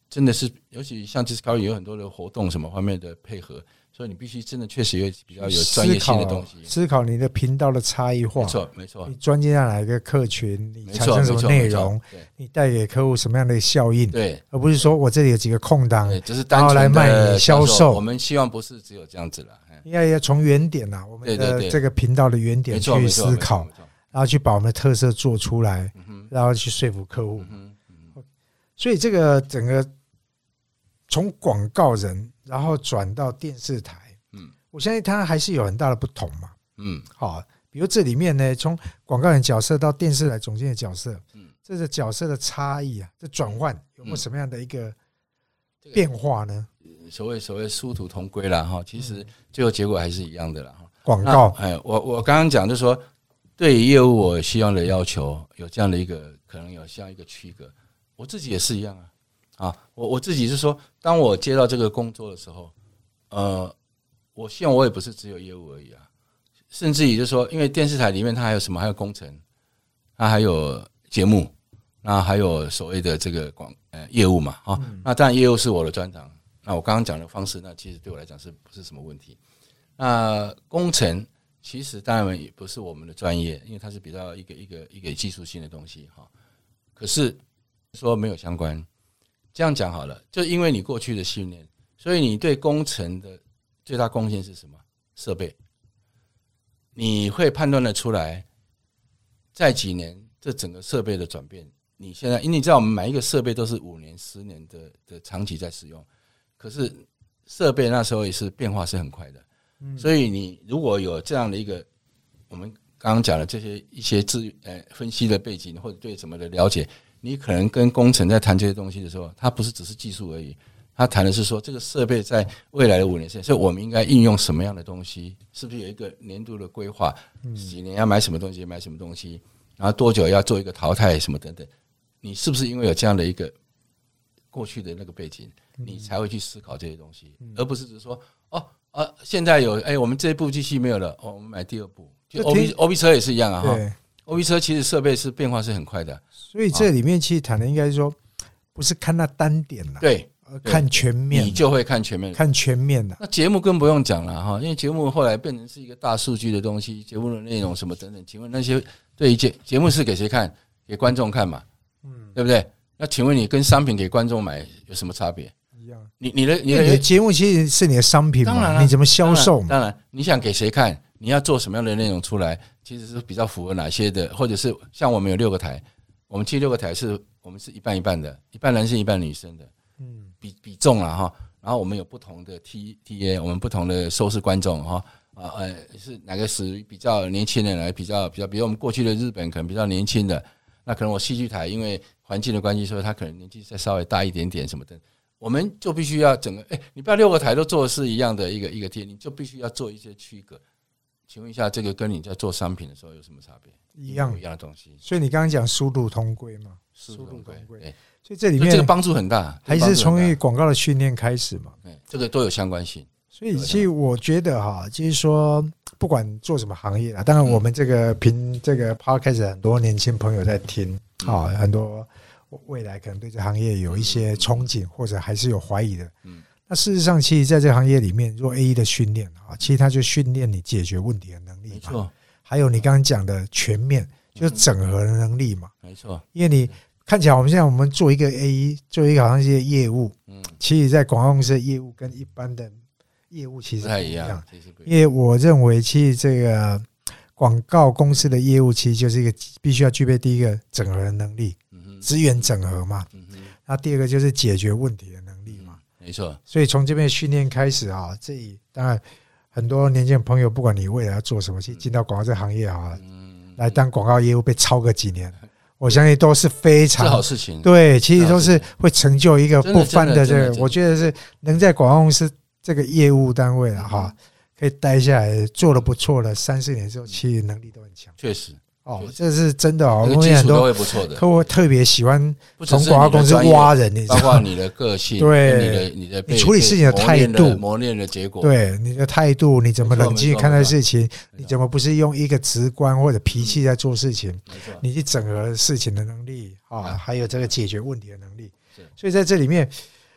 真的是，尤其像 Discovery 有很多的活动什么方面的配合，所以你必须真的确实有比较有专业性的东西， 思考你的频道的差异化， 没错， 你专接在哪一个客群，你产生什么内容，你带给客户什么样的效应， 对， 而不是说我这里有几个空档， 就是单纯的来卖你销售。 我们希望不是只有这样子啦， 应该要从原点啊，我们的这个频道的原点去思考，然后去把我们的特色做出来，然后去说服客户。所以这个整个从广告人，然后转到电视台，我相信它还是有很大的不同嘛。好，比如这里面呢，从广告人角色到电视台总监的角色，这个角色的差异啊，这转换有没有什么样的一个变化呢？ 所谓殊途同归啦哈，其实最后结果还是一样的啦哈。 广告， 我刚刚讲就是说，对于业务我希望的要求有这样的一个可能有像一个区隔。我自己也是一样啊，我自己是说，当我接到这个工作的时候，我希望我也不是只有业务而已啊，甚至于就是说，因为电视台里面它还有什么，还有工程，它还有节目，那还有所谓的这个业务嘛，那当然业务是我的专长，那我刚刚讲的方式，那其实对我来讲是不是什么问题？那工程其实当然也不是我们的专业，因为它是比较一个技术性的东西哈，可是说没有相关，这样讲好了，就因为你过去的训练，所以你对工程的最大贡献是什么？设备，你会判断得出来，在几年这整个设备的转变。你现在，因为你知道我们买一个设备都是5年、10年的长期在使用，可是设备那时候也是变化是很快的，所以你如果有这样的一个我们刚刚讲的这些一些分析的背景或者对什么的了解。你可能跟工程在谈这些东西的时候，它不是只是技术而已，它谈的是说这个设备在未来的5年，所以我们应该应用什么样的东西，是不是有一个年度的规划，几年要买什么东西买什么东西，然后多久要做一个淘汰什么等等，你是不是因为有这样的一个过去的那个背景，你才会去思考这些东西，而不是只是说现在有我们这部机器没有了，我们买第2部，就 OB 车也是一样啊哈。OB 车其实设备是变化是很快的， 所以这里面其实谈的应该是说，不是看那单点啦， 对， 看全面， 你就会看全面， 看全面的。 那节目更不用讲了哈，因为节目后来变成是一个大数据的东西，节目的内容什么等等，请问那些对于节目是给谁看？给观众看嘛，对不对？那请问你跟商品给观众买有什么差别？一样，你的节目其实是你的商品嘛，你怎么销售嘛？ 当然，你想给谁看？你要做什么样的内容出来，其实是比较符合哪些的，或者是像我们有6个台，我们其实6个台我们是一半一半的，一半男生一半女生的，比重啦哈。然后我们有不同的 TA， 我们不同的收视观众哈，是哪个属于比较年轻人来比较，比如我们过去的日本可能比较年轻的，那可能我戏剧台因为环境的关系，所以他可能年纪再稍微大一点点什么的，我们就必须要整个你不要6个台都做的是一样的一个 TA， 你就必须要做一些区隔。请问一下，这个跟你在做商品的时候有什么差别？一样的东西。 所以你刚刚讲殊途同归嘛， 殊途同归。 所以这里面这个帮助很大， 还是从广告的训练开始嘛。 这个都有相关性。 所以其实我觉得哈，就是说不管做什么行业啦，当然我们这个这个 podcast 很多年轻朋友在听啊，很多未来可能对这行业有一些憧憬，或者还是有怀疑的。那事实上，其实在这个行业里面，如果 AE 的训练啊，其实它就训练你解决问题的能力嘛。没错。还有你刚刚讲的全面，就是整合的能力嘛。 没错。因为你看起来，我们做一个 AE， 做一个好像一些业务，其实在广告公司的业务跟一般的业务其实不太一样。因为我认为，其实这个广告公司的业务其实就是一个必须要具备第一个整合的能力，资源整合嘛。那第二个就是解决问题的能力嘛。 没错， 所以从这边训练开始啊，这里当然很多年轻的朋友，不管你未来要做什么，去进到广告这行业啊，来当广告业务被超个几年，我相信都是非常是好事情。 对，其实都是会成就一个不凡的这个，我觉得是能在广告公司这个业务单位了哈，可以待下来做得不错的3-4年之后，其实能力都很强。 确实。 这是真的哦， 因为很多客户特别喜欢从广告公司挖人，你知道吗？ 包括你的个性， 对，你处理事情的态度， 磨练的结果， 对你的态度，你怎么冷静看待事情？你怎么不是用一个直观或者脾气在做事情？你去整合事情的能力啊，还有这个解决问题的能力。所以在这里面，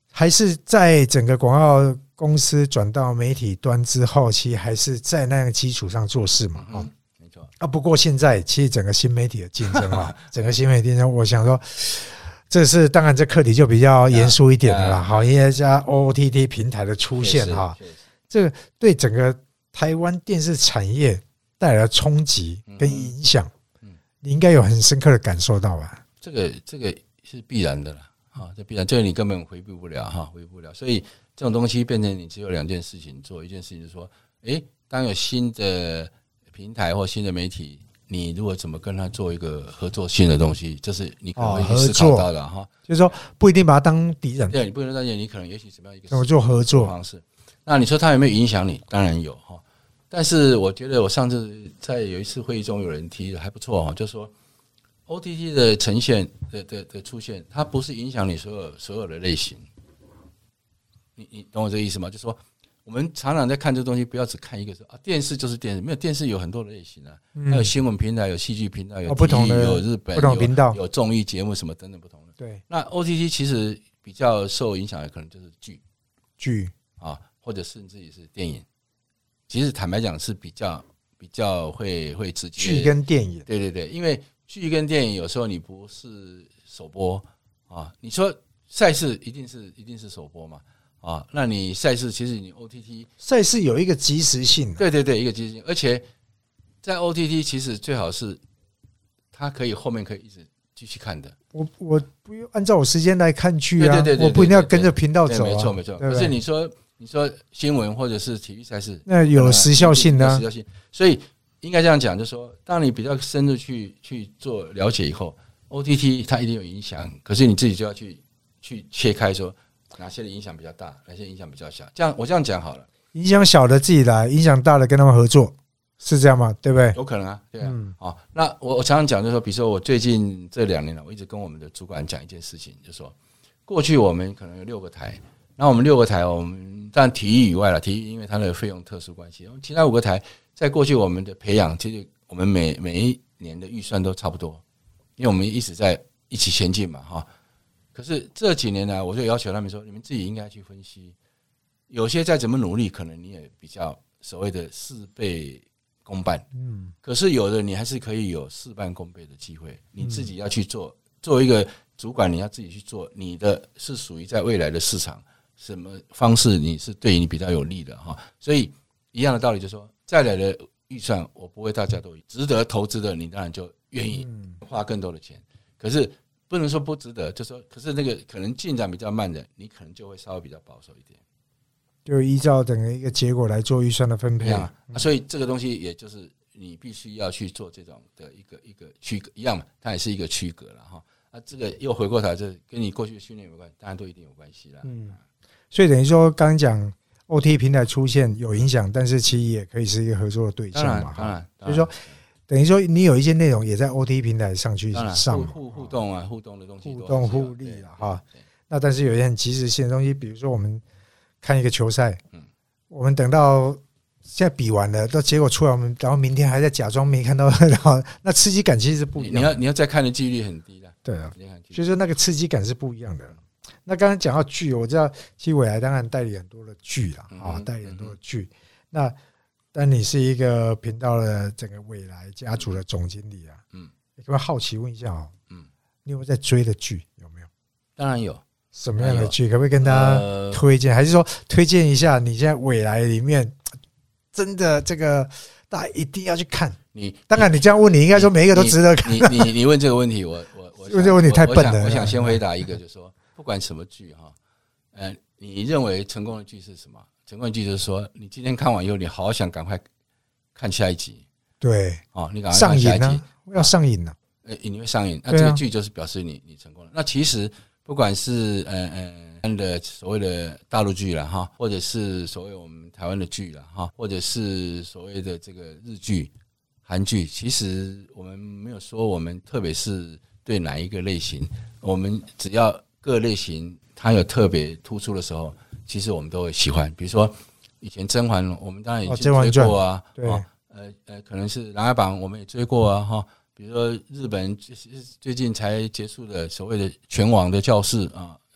还是在整个广告公司转到媒体端之后，其实还是在那个基础上做事嘛。 没错啊。不过现在其实整个新媒体的竞争啊，整个新媒体竞争，我想说，这是当然这课题就比较严肃一点的啦。好，因为加 OTT 平台的出现哈，这个对整个台湾电视产业带来的冲击跟影响，你应该有很深刻的感受到吧？ 这个是必然的啦。这必然，这个你根本回避不了回避不了。所以这种东西变成你只有2件事情做，一件事情就是说，当有新的平台或新的媒体，你如果怎么跟他做一个合作新的东西，这是你可能会去思考到的就是说不一定把他当敌人， 对，你不能当敌人，你可能也许怎么样一个怎么做合作方式。那你说他有没有影响你？当然有但是我觉得我上次在有一次会议中有人提的还不错就是说。OTT 的呈现的出现，它不是影响你所有的类型，你懂我这个意思吗？就是说，我们常常在看这东西，不要只看一个电视就是电视，没有电视有很多的类型还有新闻平台，有戏剧平台，有不同的， 有日本不同频道， 有综艺节目什么等等不同的。 对， 那 OTT 其实比较受影响的可能就是剧或者甚至也是电影。其实坦白讲是比较会直接剧跟电影， 对，因为剧跟电影有时候你不是首播你说赛事一定是首播嘛那你赛事其实你 OTT 赛事有一个即时性， 对，一个即时性，而且在 OTT 其实最好是它可以后面可以一直继续看的。 我不用按照我时间来看剧对， 我不一定要跟着频道走没错。可是你说新闻或者是体育赛事， 那有时效性的时效性，所以。应该这样讲，就是说，当你比较深入去做了解以后 ，OTT 它一定有影响，可是你自己就要去切开，说哪些的影响比较大，哪些影响比较小。我这样讲好了， 影响小的自己来，影响大的跟他们合作，是这样吗？对不对？ 有可能对那我常常讲，就是说，比如说我最近这2年了，我一直跟我们的主管讲一件事情，就是说，过去我们可能有6个台，那我们6个台，我们当然体育以外了，体育因为它的费用特殊关系，其他5个台。在过去我们的培养，其实我们每一年的预算都差不多，因为我们一直在一起前进嘛可是这几年呢，我就要求他们说，你们自己应该去分析，有些再怎么努力，可能你也比较所谓的事倍功半，可是有的你还是可以有事半功倍的机会，你自己要去做一个主管，你要自己去做，你的是属于在未来的市场什么方式你是对你比较有利的所以一样的道理就是说。再来的预算，我不会大家都值得投资的，你当然就愿意花更多的钱。可是不能说不值得，就说可是那个可能进展比较慢的，你可能就会稍微比较保守一点， 就依照整个一个结果来做预算的分配所以这个东西也就是你必须要去做这种的一个区隔一样嘛，它也是一个区隔了这个又回过头，这跟你过去的训练有关，当然都一定有关系啦。 所以等于说刚刚讲。OTT 平台出现有影响，但是其实也可以是一个合作的对象嘛。 当然， 所以说等于说你有一些内容也在 OTT 平台上去上互动互动的东西， 互动互利了那但是有一些很即时性的东西，比如说我们看一个球赛，我们等到现在比完了，到结果出来，我们然后明天还在假装没看到，然后那刺激感其实是不一样的。 你要再看的几率很低的。 对所以说那个刺激感是不一样的。那刚刚讲到剧，我知道其实未来当然代理很多的剧啦代理很多的剧。那但你是一个频道的整个未来家族的总经理你可不可以好奇问一下你有没有在追的剧？有没有？ 当然有。 什么样的剧？可不可以跟大家推荐？还是说推荐一下你现在未来里面真的这个大家一定要去看？当然你这样问，你应该说每一个都值得看。 你问这个问题，我问这个问题太笨了。 我想先回答一个，就是说不管什么剧你认为成功的剧是什么？成功的剧就是说，你今天看完以后，你好想赶快看下一集。 对你赶快看下一集， 要上瘾了。 你会上瘾，那这个剧就是表示你成功了。那其实不管是的所谓的大陆剧啦或者是所谓我们台湾的剧啦或者是所谓的这个日剧、韩剧，其实我们没有说我们特别是对哪一个类型，我们只要各类型它有特别突出的时候，其实我们都会喜欢。比如说以前甄嬛，我们当然已经追过可能是琅琊榜我们也追过比如说日本最近才结束的所谓的全网的教室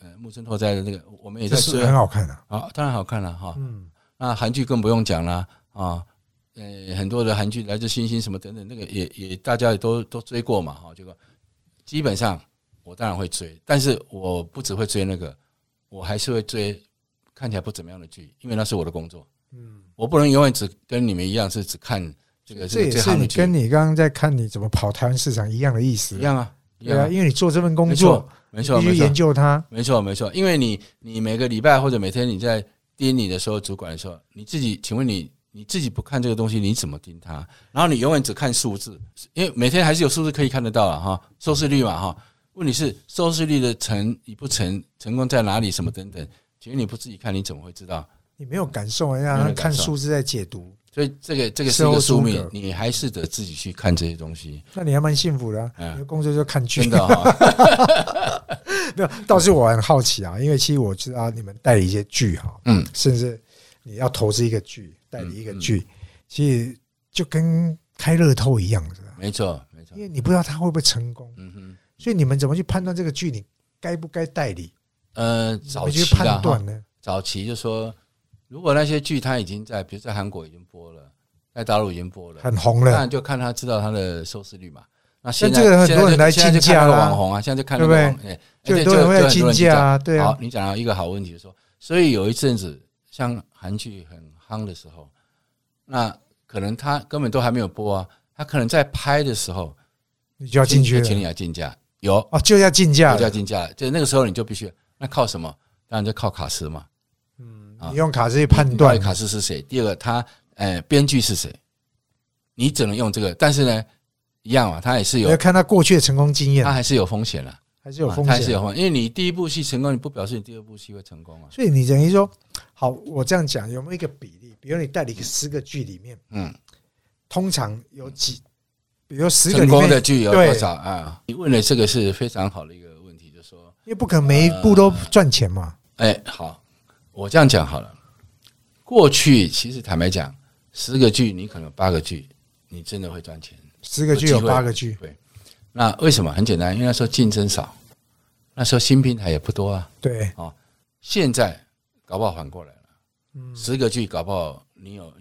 木村拓哉的那个，我们也在追， 很好看啊。 啊，当然好看了哈。那韩剧更不用讲了啊，很多的韩剧，来自星星什么等等，那个也大家也都追过嘛哈。这个基本上我当然会追，但是我不只会追那个，我还是会追看起来不怎么样的剧，因为那是我的工作。我不能永远只跟你们一样是只看这个这也是你跟你刚刚在看你怎么跑台湾市场一样的意思。 一样啊， 对啊，因为你做这份工作， 没错， 你去研究它， 没错，因为你每个礼拜或者每天你在盯你的时候，主管的时候，你自己，请问你自己不看这个东西，你怎么盯它？然后你永远只看数字，因为每天还是有数字可以看得到了哈，收视率嘛哈。问题是收视率的成与不成功在哪里什么等等，请问你不自己看，你怎么会知道？你没有感受，让他看数字在解读。 所以这个是一个宿命，你还是得自己去看这些东西。 那你还蛮幸福的啊，你的工作就看剧。 真的啊， 没有，倒是我很好奇啊，因为其实我知道你们代理一些剧哈，甚至你要投资一个剧，代理一个剧，其实就跟开乐透一样，是吧？ 没错， 因为你不知道它会不会成功，所以你们怎么去判断这个剧你该不该代理？ 早期判断呢？ 早期就说。如果那些剧它已经在，比如在韩国已经播了，在大陆已经播了， 很红了， 当然就看他知道他的收视率嘛。那现在这个很多人来竞价啦， 网红啊，现在就看那个网， 就很多人会来竞价啊，对啊。 好，你讲到一个好问题，说，所以有一阵子像韩剧很夯的时候，那可能他根本都还没有播啊，他可能在拍的时候， 你就要进去了， 请你来竞价，有哦，就要竞价， 就要竞价，就那个时候你就必须，那靠什么？当然就靠卡司嘛。 你用卡司去判断卡司是谁，第二个他编剧是谁，你只能用这个，但是呢一样嘛，他也是有要看他过去的成功经验， 他还是有风险啦， 还是有风险， 还是有风险，因为你第一部戏成功，你不表示你第二部戏会成功啊。 所以你等于说，好，我这样讲有没有一个比例？比如你代理10个剧里面，通常有比如10个成功的剧有多少啊？你问的这个是非常好的一个问题，就是说， 因为不可能每一部都赚钱嘛。 好。我这样讲好了，过去其实坦白讲，10个剧你可能8个剧你真的会赚钱 ，10个剧有8个剧。 对，那为什么？很简单，因为那时候竞争少，那时候新平台也不多啊。 对， 现在搞不好反过来了，10个剧搞不好你有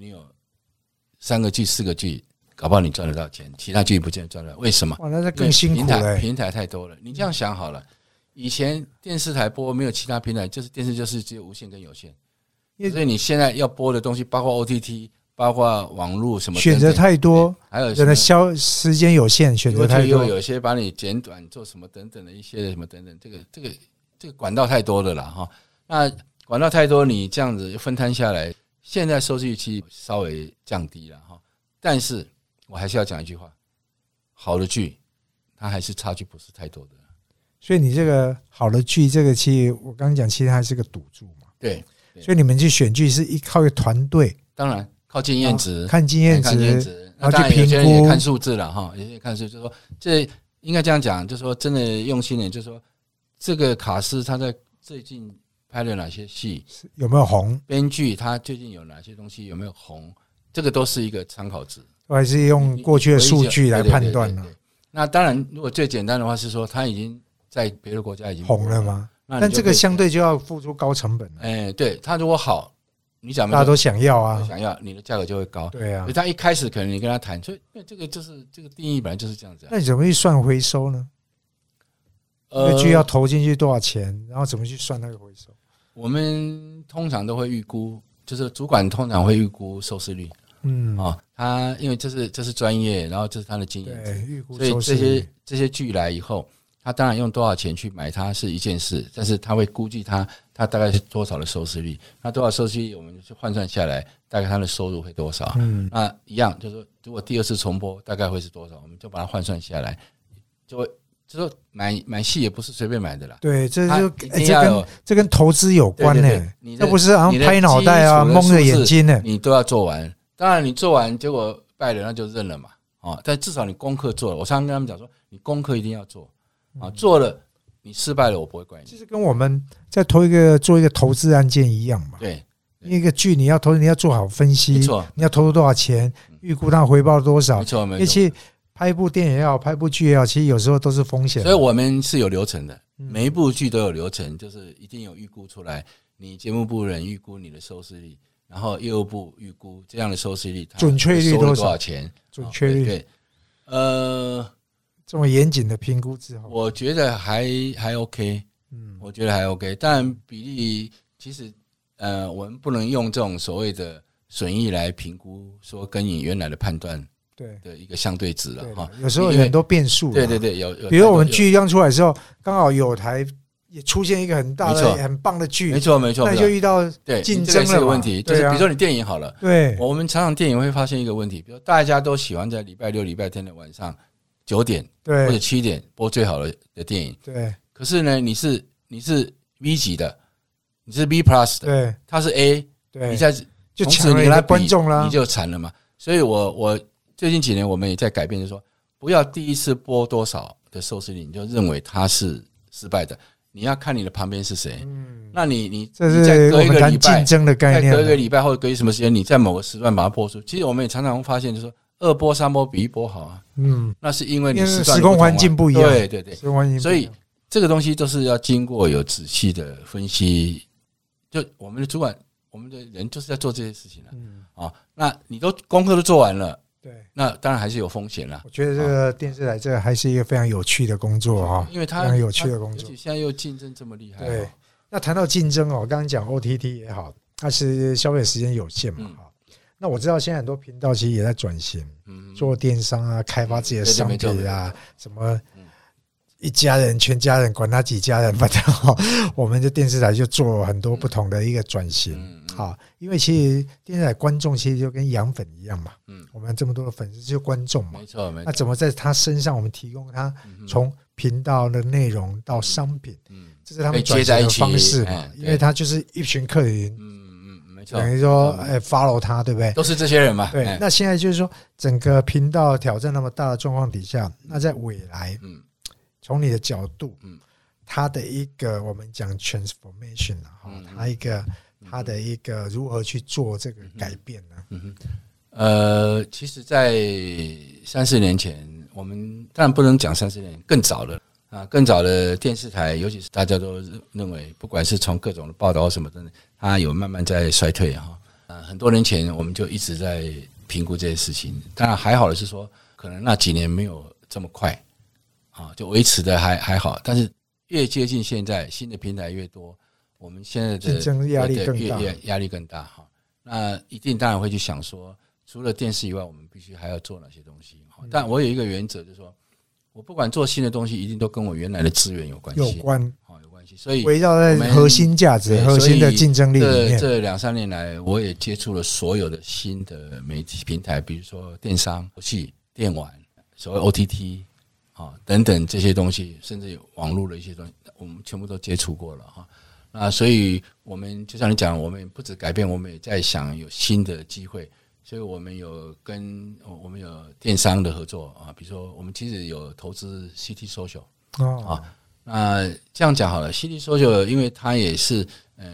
3个剧、4个剧，搞不好你赚得到钱，其他剧不见得赚得到。为什么？ 哇，那更辛苦了。 平台太多了，你这样想好了。以前电视台播没有其他平台，就是电视就是只有无线跟有线，所以你现在要播的东西，包括 OTT， 包括网络什么， 选择太多， 还有人的时间有限，选择太多， 有些把你剪短做什么等等的一些什么等等，这个管道太多了啦哈。那管道太多，你这样子分摊下来，现在收视率其实稍微降低了哈。但是我还是要讲一句话，好的剧它还是差距不是太多的。 所以你这个好的剧，这个其实我刚刚讲，其实它是个赌注嘛。 对， 所以你们去选剧是靠一个团队， 当然靠经验值， 看经验值，然后去评估， 也看数字了哈，也看数字，就是说这应该这样讲，就是说真的用心的，就是说这个卡司他在最近拍了哪些戏， 有没有红？ 编剧他最近有哪些东西有没有红？这个都是一个参考值。 我还是用过去的数据来判断了。 那当然，如果最简单的话是说他已经在别的国家已经红了吗？但这个相对就要付出高成本了。 对，他如果好，你讲大家都想要啊， 想要，你的价格就会高。 对啊， 所以他一开始可能你跟他谈，所以这个就是这个定义本来就是这样子。 那你怎么去算回收呢？一个剧要投进去多少钱，然后怎么去算那个回收？ 我们通常都会预估，就是主管通常会预估收视率。他因为这是专业，然后这是他的经验， 对，预估收视率。所以这些剧来以后，他当然用多少钱去买它是一件事，但是他会估计他大概是多少的收视率，那多少收视率我们就换算下来，大概他的收入会多少。那一样就是说，如果第二次重播大概会是多少，我们就把它换算下来，就说买戏也不是随便买的啦。 对，这跟投资有关呢。这不是好像拍脑袋啊，蒙着眼睛呢， 你都要做完。当然你做完结果败了，那就认了嘛。但至少你功课做了。我常常跟他们讲说，你功课一定要做啊，做了你失败了，我不会怪你。 其实跟我们在做一个投资案件一样嘛。 对， 一个剧你要投资，你要做好分析， 没错， 你要投入多少钱，预估它回报多少。 没错，没错。 而且拍一部电影也好，拍一部剧也好，其实有时候都是风险。 所以我们是有流程的。 每一部剧都有流程，就是一定有预估出来，你节目部人预估你的收视率，然后业务部预估这样的收视率， 准确率多少钱？ 准确率对， 这么严谨的评估之后， 我觉得还 OK， 我觉得还 OK， 但比例其实我们不能用这种所谓的损益来评估，说跟你原来的判断对的一个相对值了哈。 有时候有很多变数， 对，有， 比如我们剧刚出来的时候，刚好有台也出现一个很大的、很棒的剧， 没错， 那就遇到竞争了嘛。 问题就是，比如说你电影好了， 对， 我们常常电影会发现一个问题，比如大家都喜欢在礼拜六、礼拜天的晚上9点或者7点播最好的电影， 对。 可是呢，你是 V 级的，你是 B Plus 的， 对， 他是 A， 对， 你在就抢了你的观众啦， 你就惨了嘛。所以我最近几年我们也在改变，就是说不要第一次播多少的收视率你就认为它是失败的，你要看你的旁边是谁。那你这是我们谈竞争的概念， 再隔一个礼拜或者隔一什么时间，你在某个时段把它播出。其实我们也常常发现，就是说2播3播比1播好啊。那是因为你时空环境不一样。 对，所以这个东西都是要经过有仔细的分析。就我们的主管，我们的人就是在做这些事情了。那你都功课都做完了。对，那当然还是有风险啦。 我觉得这个电视台这个还是一个非常有趣的工作哈， 因为它非常有趣的工作， 而且现在又竞争这么厉害。 对，那谈到竞争刚刚讲 OTT 也好，它是消费时间有限嘛那我知道现在很多频道其实也在转型，做电商啊，开发自己的商品啊，什么一家人全家人管他几家人，反正我们的电视台就做很多不同的一个转型。因为其实电视台观众其实就跟养粉一样嘛，我们这么多的粉丝就是观众嘛， 没错。 那怎么在他身上我们提供他从频道的内容到商品，这是他们转型的方式嘛？因为他就是一群客人， 没错， 等于说follow 他，对不对？ 都是这些人嘛。 对，那现在就是说整个频道挑战那么大的状况底下，那在未来，从你的角度，它的一个我们讲 transformation 它的一个如何去做这个改变呢？ 其实在3-4年前，我们当然不能讲3-4年，更早了更早的电视台，尤其是大家都认为，不管是从各种的报道什么的，它有慢慢在衰退很多年前我们就一直在评估这些事情。当然还好的是说，可能那几年没有这么快就维持的还好，但是越接近现在，新的平台越多，我们现在的竞争压力更大， 压力更大那一定当然会去想说，除了电视以外，我们必须还要做哪些东西。但我有一个原则，就是说我不管做新的东西，一定都跟我原来的资源有关系，有关系。所以围绕在核心价值、核心的竞争力里面。 这2-3年来，我也接触了所有的新的媒体平台，比如说电商、游戏、电玩、所谓 OTT。等等这些东西，甚至有网络的一些东西，我们全部都接触过了那所以我们就像你讲，我们不止改变，我们也在想有新的机会。所以我们有电商的合作比如说我们其实有投资 City Social 那这样讲好了 ，City Social 因为它也是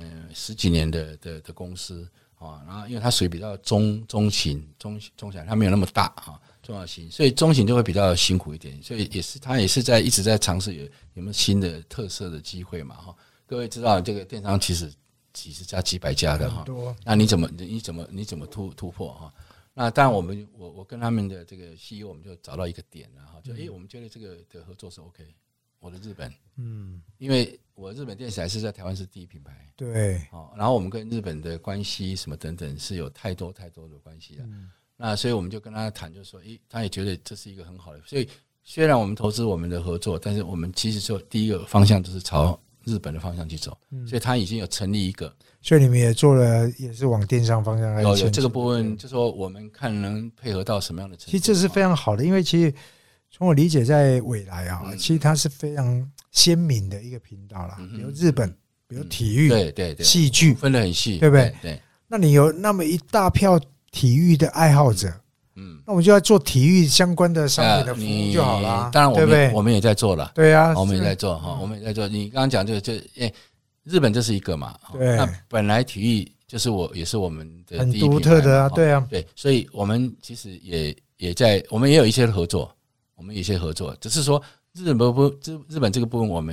10几年的公司然后因为它属于比较中型，它没有那么大重要性，所以中型就会比较辛苦一点，所以他也是一直在尝试有没有新的特色的机会嘛各位知道这个电商其实几十家几百家的那你怎么突破那当然我跟他们的这个 CEO 我们就找到一个点就我们觉得这个的合作是 OK。我的日本因为我日本电视台是在台湾是第一品牌， 对然后我们跟日本的关系什么等等是有太多的关系了那所以我们就跟他谈，就说他也觉得这是一个很好的，所以虽然我们投资我们的合作，但是我们其实就第一个方向就是朝日本的方向去走所以他已经有成立一个， 所以你们也做了，也是往电商方向来有这个部分，就说我们看能配合到什么样的程度。 其实这是非常好的，因为其实从我理解，在未来其实它是非常鲜明的一个频道啦，比如日本，比如体育， 对， 戏剧分得很细， 对不对？ 对， 那你有那么一大票体育的爱好者，那我们就要做体育相关的商品的服务就好啦。 当然我们也在做了， 对啊， 我们也在做我们也在做。你刚刚讲这个日本这是一个嘛， 对， 那本来体育就是也是我们的第一很独特的对啊， 对，所以我们其实也在，我们也有一些合作，只是说日本这个部分我们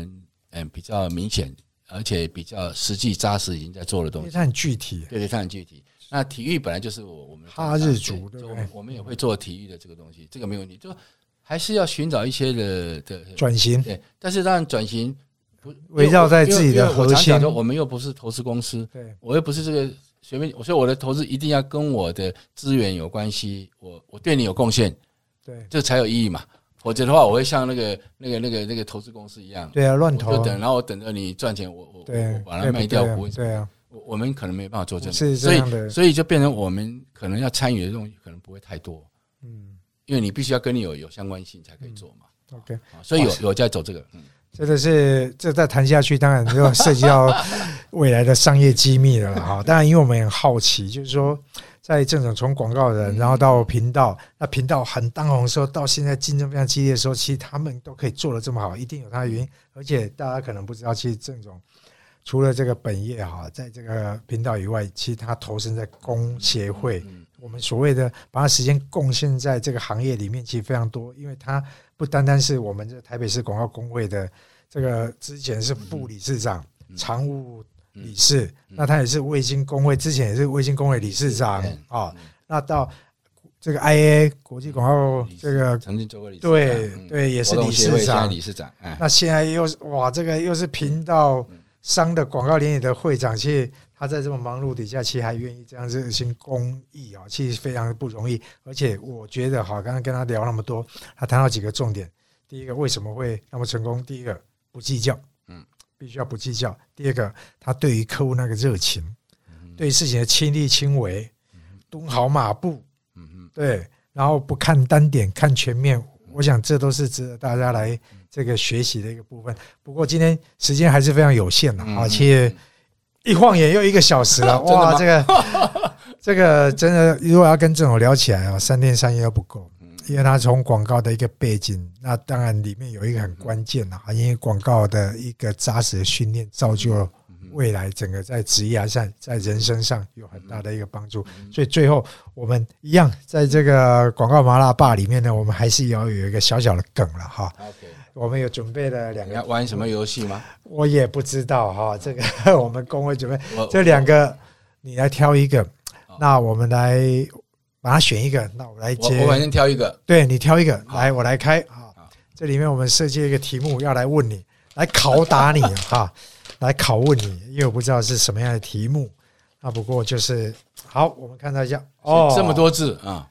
比较明显，而且比较实际扎实已经在做的东西。 它很具体， 对，它很具体。那体育本来就是我们哈日族，对不对？ 我们也会做体育的这个东西，这个没问题。就还是要寻找一些的转型， 对。但是当然转型围绕在自己的核心。 我们又不是投资公司， 对， 我又不是这个随便，所以我的投资一定要跟我的资源有关系，我对你有贡献， 对， 这才有意义嘛。否则的话，我会像那个投资公司一样， 对啊，乱投， 就等，然后我等着你赚钱，我把它卖掉， 对啊。 我们可能没办法做这种，是这样的， 所以就变成我们可能要参与的东西可能不会太多，因为你必须要跟你有相关性才可以做嘛。 OK， 所以有在走这个， 真的是这再谈下去，当然就涉及到未来的商业机密了哈。当然，因为我们很好奇，就是说，在郑总从广告人，然后到频道，那频道很当红的时候，到现在竞争非常激烈的时候，其实他们都可以做得这么好，一定有他的原因。而且大家可能不知道，其实郑总除了这个本业哈，在这个频道以外，其实他投身在工协会，我们所谓的把他时间贡献在这个行业里面，其实非常多。因为他不单单是我们这台北市广告工会的这个之前是副理事长、常务理事，那他也是卫星工会之前也是卫星工会理事长啊。那到这个 IA 国际广告这个曾经做过理事长， 对，也是理事长。那现在又哇，这个又是频道商的广告联谊的会长，其实他在这么忙碌底下，其实还愿意这样热心公益啊，其实非常不容易。而且我觉得哈，刚刚跟他聊那么多，他谈到几个重点。第一个，为什么会那么成功？第一个，不计较，必须要不计较。第二个，他对于客户那个热情，对事情的亲力亲为，蹲好马步，对，然后不看单点，看全面。我想这都是值得大家来这个学习的一个部分。不过今天时间还是非常有限的而且一晃眼又1个小时了，哇，这个真的，如果要跟郑总聊起来啊，3天3夜都不够，因为他从广告的一个背景，那当然里面有一个很关键的，因为广告的一个扎实的训练，造就了未来整个在职业上、在人生上有很大的一个帮助。所以最后我们一样在这个广告麻辣吧里面呢，我们还是要有一个小小的梗了哈。我们有准备了2个， 要玩什么游戏吗？ 我也不知道哈，这个我们工会准备这2个，你来挑一个，那我们来把它选一个，那我来接。 我反正挑一个， 对，你挑一个，来我来开啊。这里面我们设计了一个题目，要来问你，来拷打你哈。来拷问你，因为我不知道是什么样的题目。那不过就是好，我们看到一下哦，这么多字啊。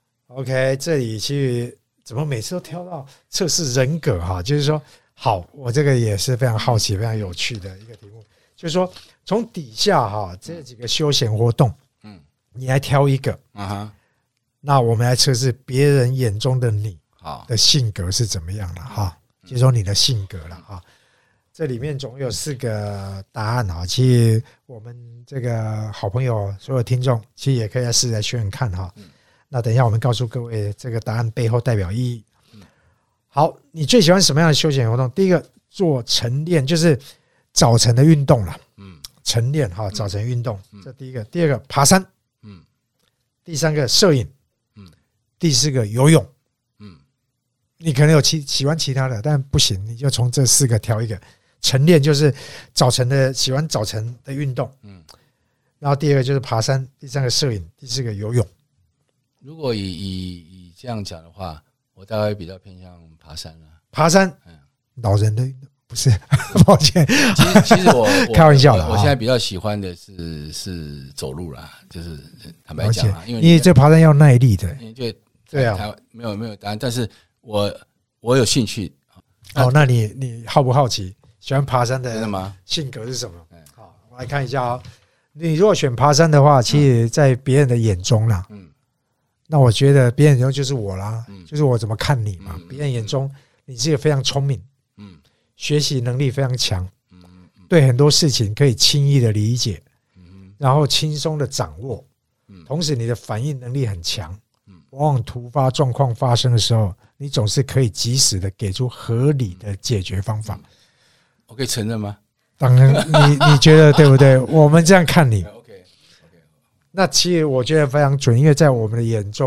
OK， 这里其实怎么每次都挑到测试人格哈？就是说，好，我这个也是非常好奇、非常有趣的一个题目，就是说从底下哈这几个休闲活动，你来挑一个那我们来测试别人眼中的你的性格是怎么样的哈？就说你的性格了哈。这里面总有4个答案哈，其实我们这个好朋友所有听众其实也可以来试着选选看哈。那等一下我们告诉各位这个答案背后代表意义。好，你最喜欢什么样的休闲活动？第一个做晨练，就是早晨的运动啦。晨练哈，早晨运动，这第一个。第二个爬山，第3个摄影，第4个游泳。你可能有喜欢其他的，但不行，你就从这4个挑一个。晨练就是早晨的，喜欢早晨的运动，然后第2个就是爬山，第3个摄影，第4个游泳。 如果以这样讲的话，我大概比较偏向爬山了。 爬山，老人的运动不是，抱歉。 其实我开玩笑的， 我现在比较喜欢的是走路啦，就是坦白讲啊，因为这爬山要耐力的，对啊， 没有答案，但是我有兴趣。 好，那你好不好奇？喜欢爬山的真的吗？ 性格是什么？好，我来看一下啊。你如果选爬山的话，其实在别人的眼中啦，那我觉得别人眼中就是我啦，就是我怎么看你嘛。别人眼中你是一个非常聪明，学习能力非常强，对很多事情可以轻易的理解，然后轻松的掌握，同时你的反应能力很强，往往突发状况发生的时候，你总是可以及时的给出合理的解决方法。 我可以承认吗？ 当然，你觉得对不对？我们这样看你，那其实我觉得非常准，因为在我们的眼中，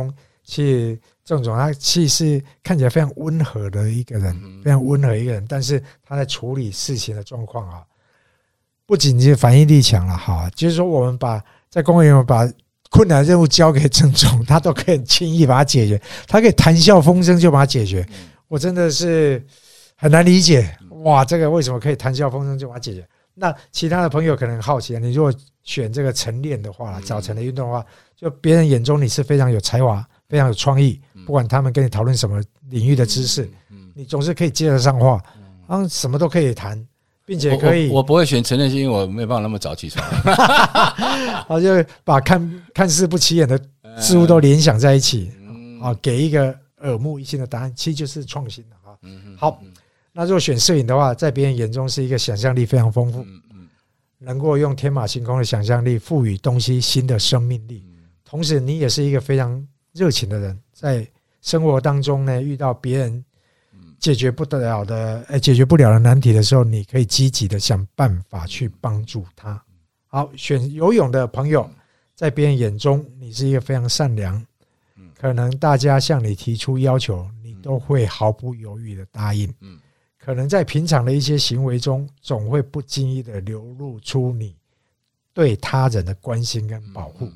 其实郑总他其实是看起来非常温和的一个人，非常温和一个人，但是他在处理事情的状况啊，不仅是反应力强了哈，就是说我们在公务员把困难任务交给郑总，他都可以很轻易把它解决，他可以谈笑风生就把它解决，我真的是很难理解，哇，这个为什么可以谈笑风生就把它解决？那其他的朋友可能很好奇，你如果选这个晨练的话，早晨的运动的话，就别人眼中你是非常有才华、非常有创意，不管他们跟你讨论什么领域的知识，你总是可以接得上话，然后什么都可以谈，并且可以。 我不会选晨练，是因为我没有办法那么早起床。 就把看似不起眼的事物都联想在一起，给一个耳目一新的答案，其实就是创新了啊。好。那如果选摄影的话，在别人眼中是一个想象力非常丰富，能够用天马行空的想象力赋予东西新的生命力。同时，你也是一个非常热情的人，在生活当中呢，遇到别人解决不了的难题的时候，你可以积极的想办法去帮助他。好，选游泳的朋友，在别人眼中你是一个非常善良，可能大家向你提出要求，你都会毫不犹豫的答应。可能在平常的一些行为中，总会不经意的流露出你对他人的关心跟保护。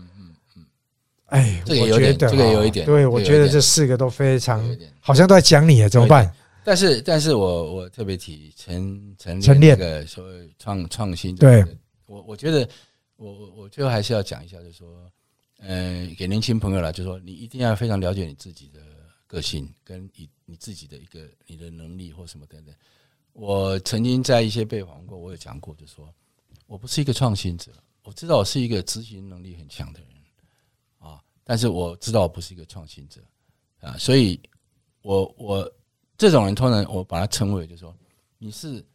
我觉得这个有一点， 对，我觉得这4个都非常，好像都在讲你，怎么办？ 但是我特别提晨练这个所谓创新， 对， 我觉得我最后还是要讲一下，就是说，给年轻朋友啦，就是说，你一定要非常了解你自己的个性跟你自己的你的能力或什么等等。我曾经在一些被访问过，我有讲过，就是说我不是一个创新者，我知道我是一个执行能力很强的人啊，但是我知道我不是一个创新者啊，所以我这种人通常我把它称为就是说你是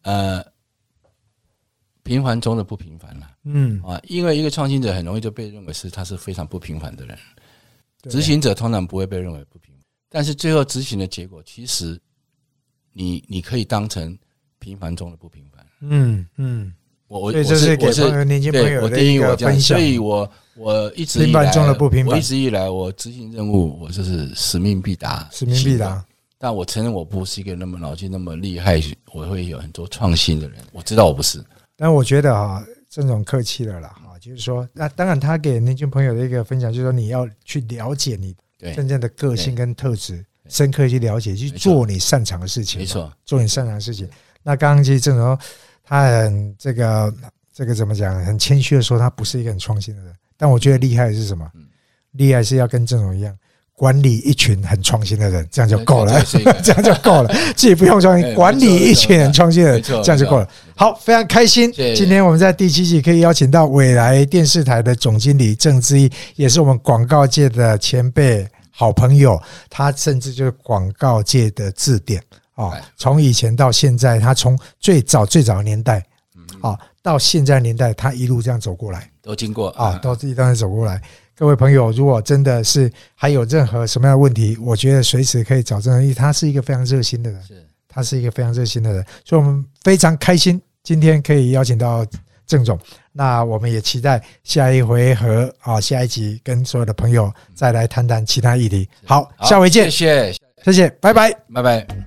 平凡中的不平凡啦，因为一个创新者很容易就被认为他是非常不平凡的人，执行者通常不会被认为不平凡。但是最后执行的结果，其实你可以当成平凡中的不平凡。我这是给年轻朋友的一个分享。 所以我一直以来， 平凡中的不平凡， 我一直以来我执行任务，我就是使命必达。但我承认我不是一个那么脑筋那么厉害，我会有很多创新的人。我知道我不是， 但我觉得这种客气了啦，就是说，那当然他给年轻朋友的一个分享，就是说你要去了解你真正的个性跟特质，深刻去了解，去做你擅长的事情。 没错， 做你擅长的事情。那刚刚其实郑总他很这个怎么讲，很谦虚的说他不是一个很创新的人，但我觉得厉害的是什么？厉害是要跟郑总一样，管理一群很创新的人，这样就够了，这样就够了，自己不用创新，管理一群很创新的人，这样就够了。好，非常开心，今天我们在第7集可以邀请到未来电视台的总经理郑志毅，也是我们广告界的前辈好朋友，他甚至就是广告界的字典从以前到现在，他从最早的年代到现在年代，他一路这样走过来， 都经过都一段走过来。各位朋友，如果真的是还有任何什么样的问题，我觉得随时可以找郑毅，他是一个非常热心的人，他是一个非常热心的人，所以我们非常开心今天可以邀请到郑总。那我们也期待下一回合下一集跟所有的朋友再来谈谈其他议题。好，下回见， 谢谢， 拜拜， 拜拜。